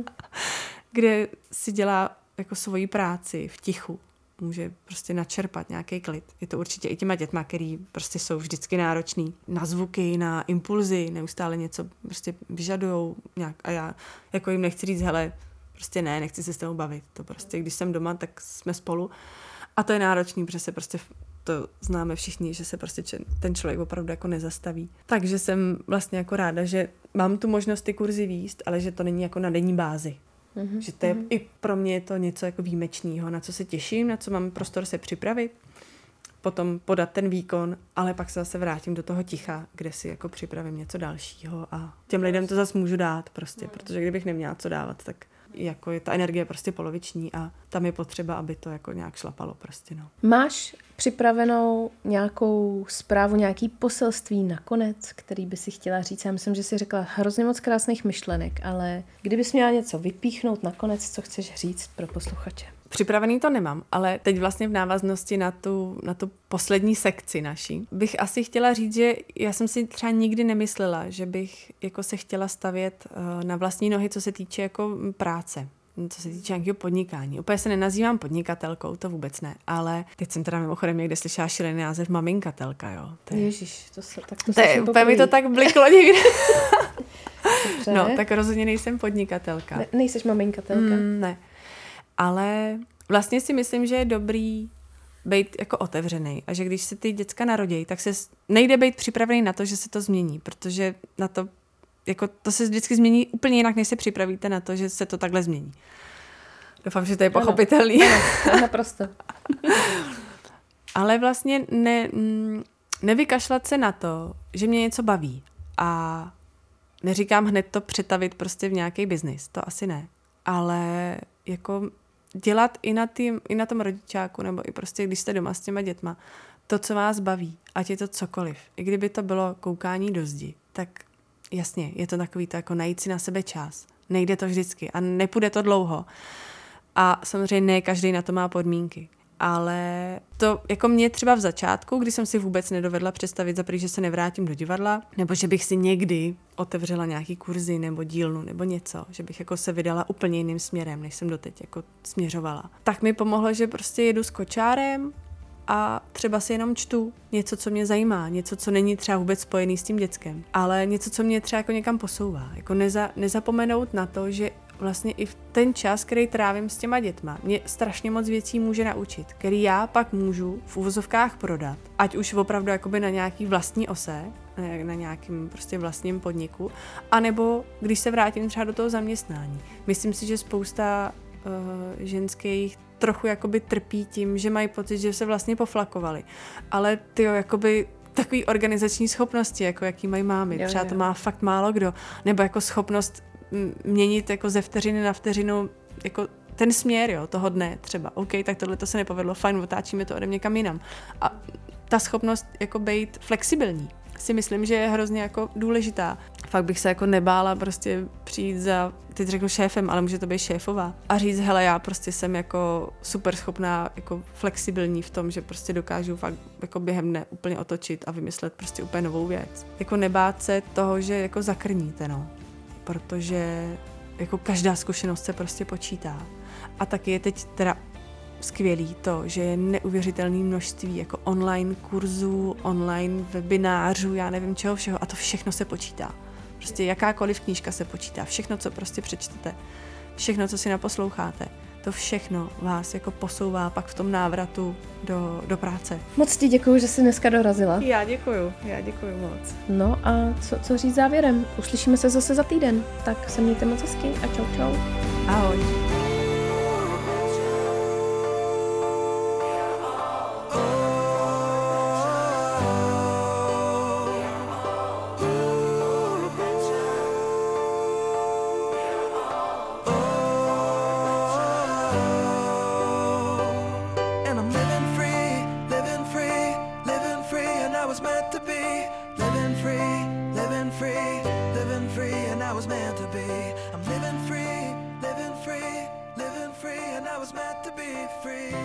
kde si dělá jako svoji práci v tichu. Může prostě načerpat nějaký klid. Je to určitě i těma dětma, který prostě jsou vždycky náročný na zvuky, na impulzy, neustále něco prostě vyžadujou nějak a já jako jim nechci říct, hele, prostě ne, nechci se s tebou bavit. To prostě, když jsem doma, tak jsme spolu. A to je náročný, protože se prostě, to známe všichni, že se prostě ten člověk opravdu jako nezastaví. Takže jsem vlastně jako ráda, že mám tu možnost ty kurzy vést, ale že to není jako na denní bázi. Mm-hmm. Že to je mm-hmm. i pro mě je to něco jako výjimečného, na co se těším, na co mám prostor se připravit, potom podat ten výkon, ale pak se zase vrátím do toho ticha, kde si jako připravím něco dalšího a těm lidem to zase můžu dát prostě, protože kdybych neměla co dávat, tak jako je ta energie prostě poloviční a tam je potřeba, aby to jako nějak šlapalo prostě, no. Máš připravenou nějakou zprávu, nějaký poselství nakonec, který by si chtěla říct? Já myslím, že jsi řekla hrozně moc krásných myšlenek, ale kdybys měla něco vypíchnout nakonec, co chceš říct pro posluchače? Připravený to nemám, ale teď vlastně v návaznosti na tu, na tu poslední sekci naší bych asi chtěla říct, že já jsem si třeba nikdy nemyslela, že bych jako se chtěla stavět na vlastní nohy, co se týče jako práce, co se týče nějakého podnikání. Úplně se nenazývám podnikatelkou, to vůbec ne, ale teď jsem teda mimochodem někde slyšela šílený název maminkatelka, jo. To je, Ježiš, to se, tak to to je, úplně mi to tak bliklo někde. No, tak rozhodně nejsem podnikatelka. Ne, nejseš maminkatelka? Mm, ne. Ale vlastně si myslím, že je dobrý být jako otevřený a že když se ty děcka narodí, tak se nejde být připravený na to, že se to změní, protože na to, jako to se vždycky změní úplně jinak, než se připravíte na to, že se to takhle změní. Doufám, že to je pochopitelný. Ano, ano, naprosto. Ale vlastně ne, nevykašlat se na to, že mě něco baví a neříkám hned to přetavit prostě v nějaký biznis, to asi ne, ale jako dělat i na, tým, i na tom rodičáku, nebo i prostě, když jste doma s těma dětma, to, co vás baví, ať je to cokoliv. I kdyby to bylo koukání do zdi, tak jasně, je to takový to jako najít si na sebe čas. Nejde to vždycky a nepůjde to dlouho. A samozřejmě ne každý na to má podmínky. Ale to jako mě třeba v začátku, kdy jsem si vůbec nedovedla představit zaprý, že se nevrátím do divadla, nebo že bych si někdy otevřela nějaký kurzy nebo dílnu nebo něco, že bych jako se vydala úplně jiným směrem, než jsem doteď jako směřovala. Tak mi pomohlo, že prostě jedu s kočárem a třeba si jenom čtu něco, co mě zajímá, něco, co není třeba vůbec spojený s tím dětskem, ale něco, co mě třeba jako někam posouvá. Jako neza, nezapomenout na to, že vlastně i v ten čas, který trávím s těma dětma, mě strašně moc věcí může naučit, který já pak můžu v uvozovkách prodat, ať už opravdu jakoby na nějaký vlastní ose, na nějakým prostě vlastním podniku, anebo když se vrátím třeba do toho zaměstnání. Myslím si, že spousta uh, ženských trochu jakoby trpí tím, že mají pocit, že se vlastně poflakovali. Ale tyjo, jakoby takový organizační schopnosti, jako jaký mají mámy. Jo, třeba jo. to má fakt málo kdo. Nebo jako schopnost měnit jako ze vteřiny na vteřinu jako ten směr, jo, toho dne třeba. OK, tak tohle to se nepovedlo, fajn, otáčíme to ode mě kam jinam. A ta schopnost jako být flexibilní si myslím, že je hrozně jako důležitá. Fakt bych se jako nebála prostě přijít za, teď řeknu šéfem, ale může to být šéfová a říct, hele, já prostě jsem jako super schopná, jako flexibilní v tom, že prostě dokážu fakt jako během dne úplně otočit a vymyslet prostě úplně novou věc. Jako nebát se toho, že jako zakrníte, no. Protože jako každá zkušenost se prostě počítá. A taky je teď teda skvělý to, že je neuvěřitelné množství jako online kurzů, online webinářů, já nevím čeho všeho a to všechno se počítá. Prostě jakákoliv knížka se počítá, všechno, co prostě přečtete, všechno, co si naposloucháte, to všechno vás jako posouvá pak v tom návratu do, do práce. Moc ti děkuju, že jsi dneska dorazila. Já děkuju, já děkuju moc. No a co, co říct závěrem? Uslyšíme se zase za týden, tak se mějte moc hezky a čau čau. Ahoj. Free, living free, living free, and I was meant to be free.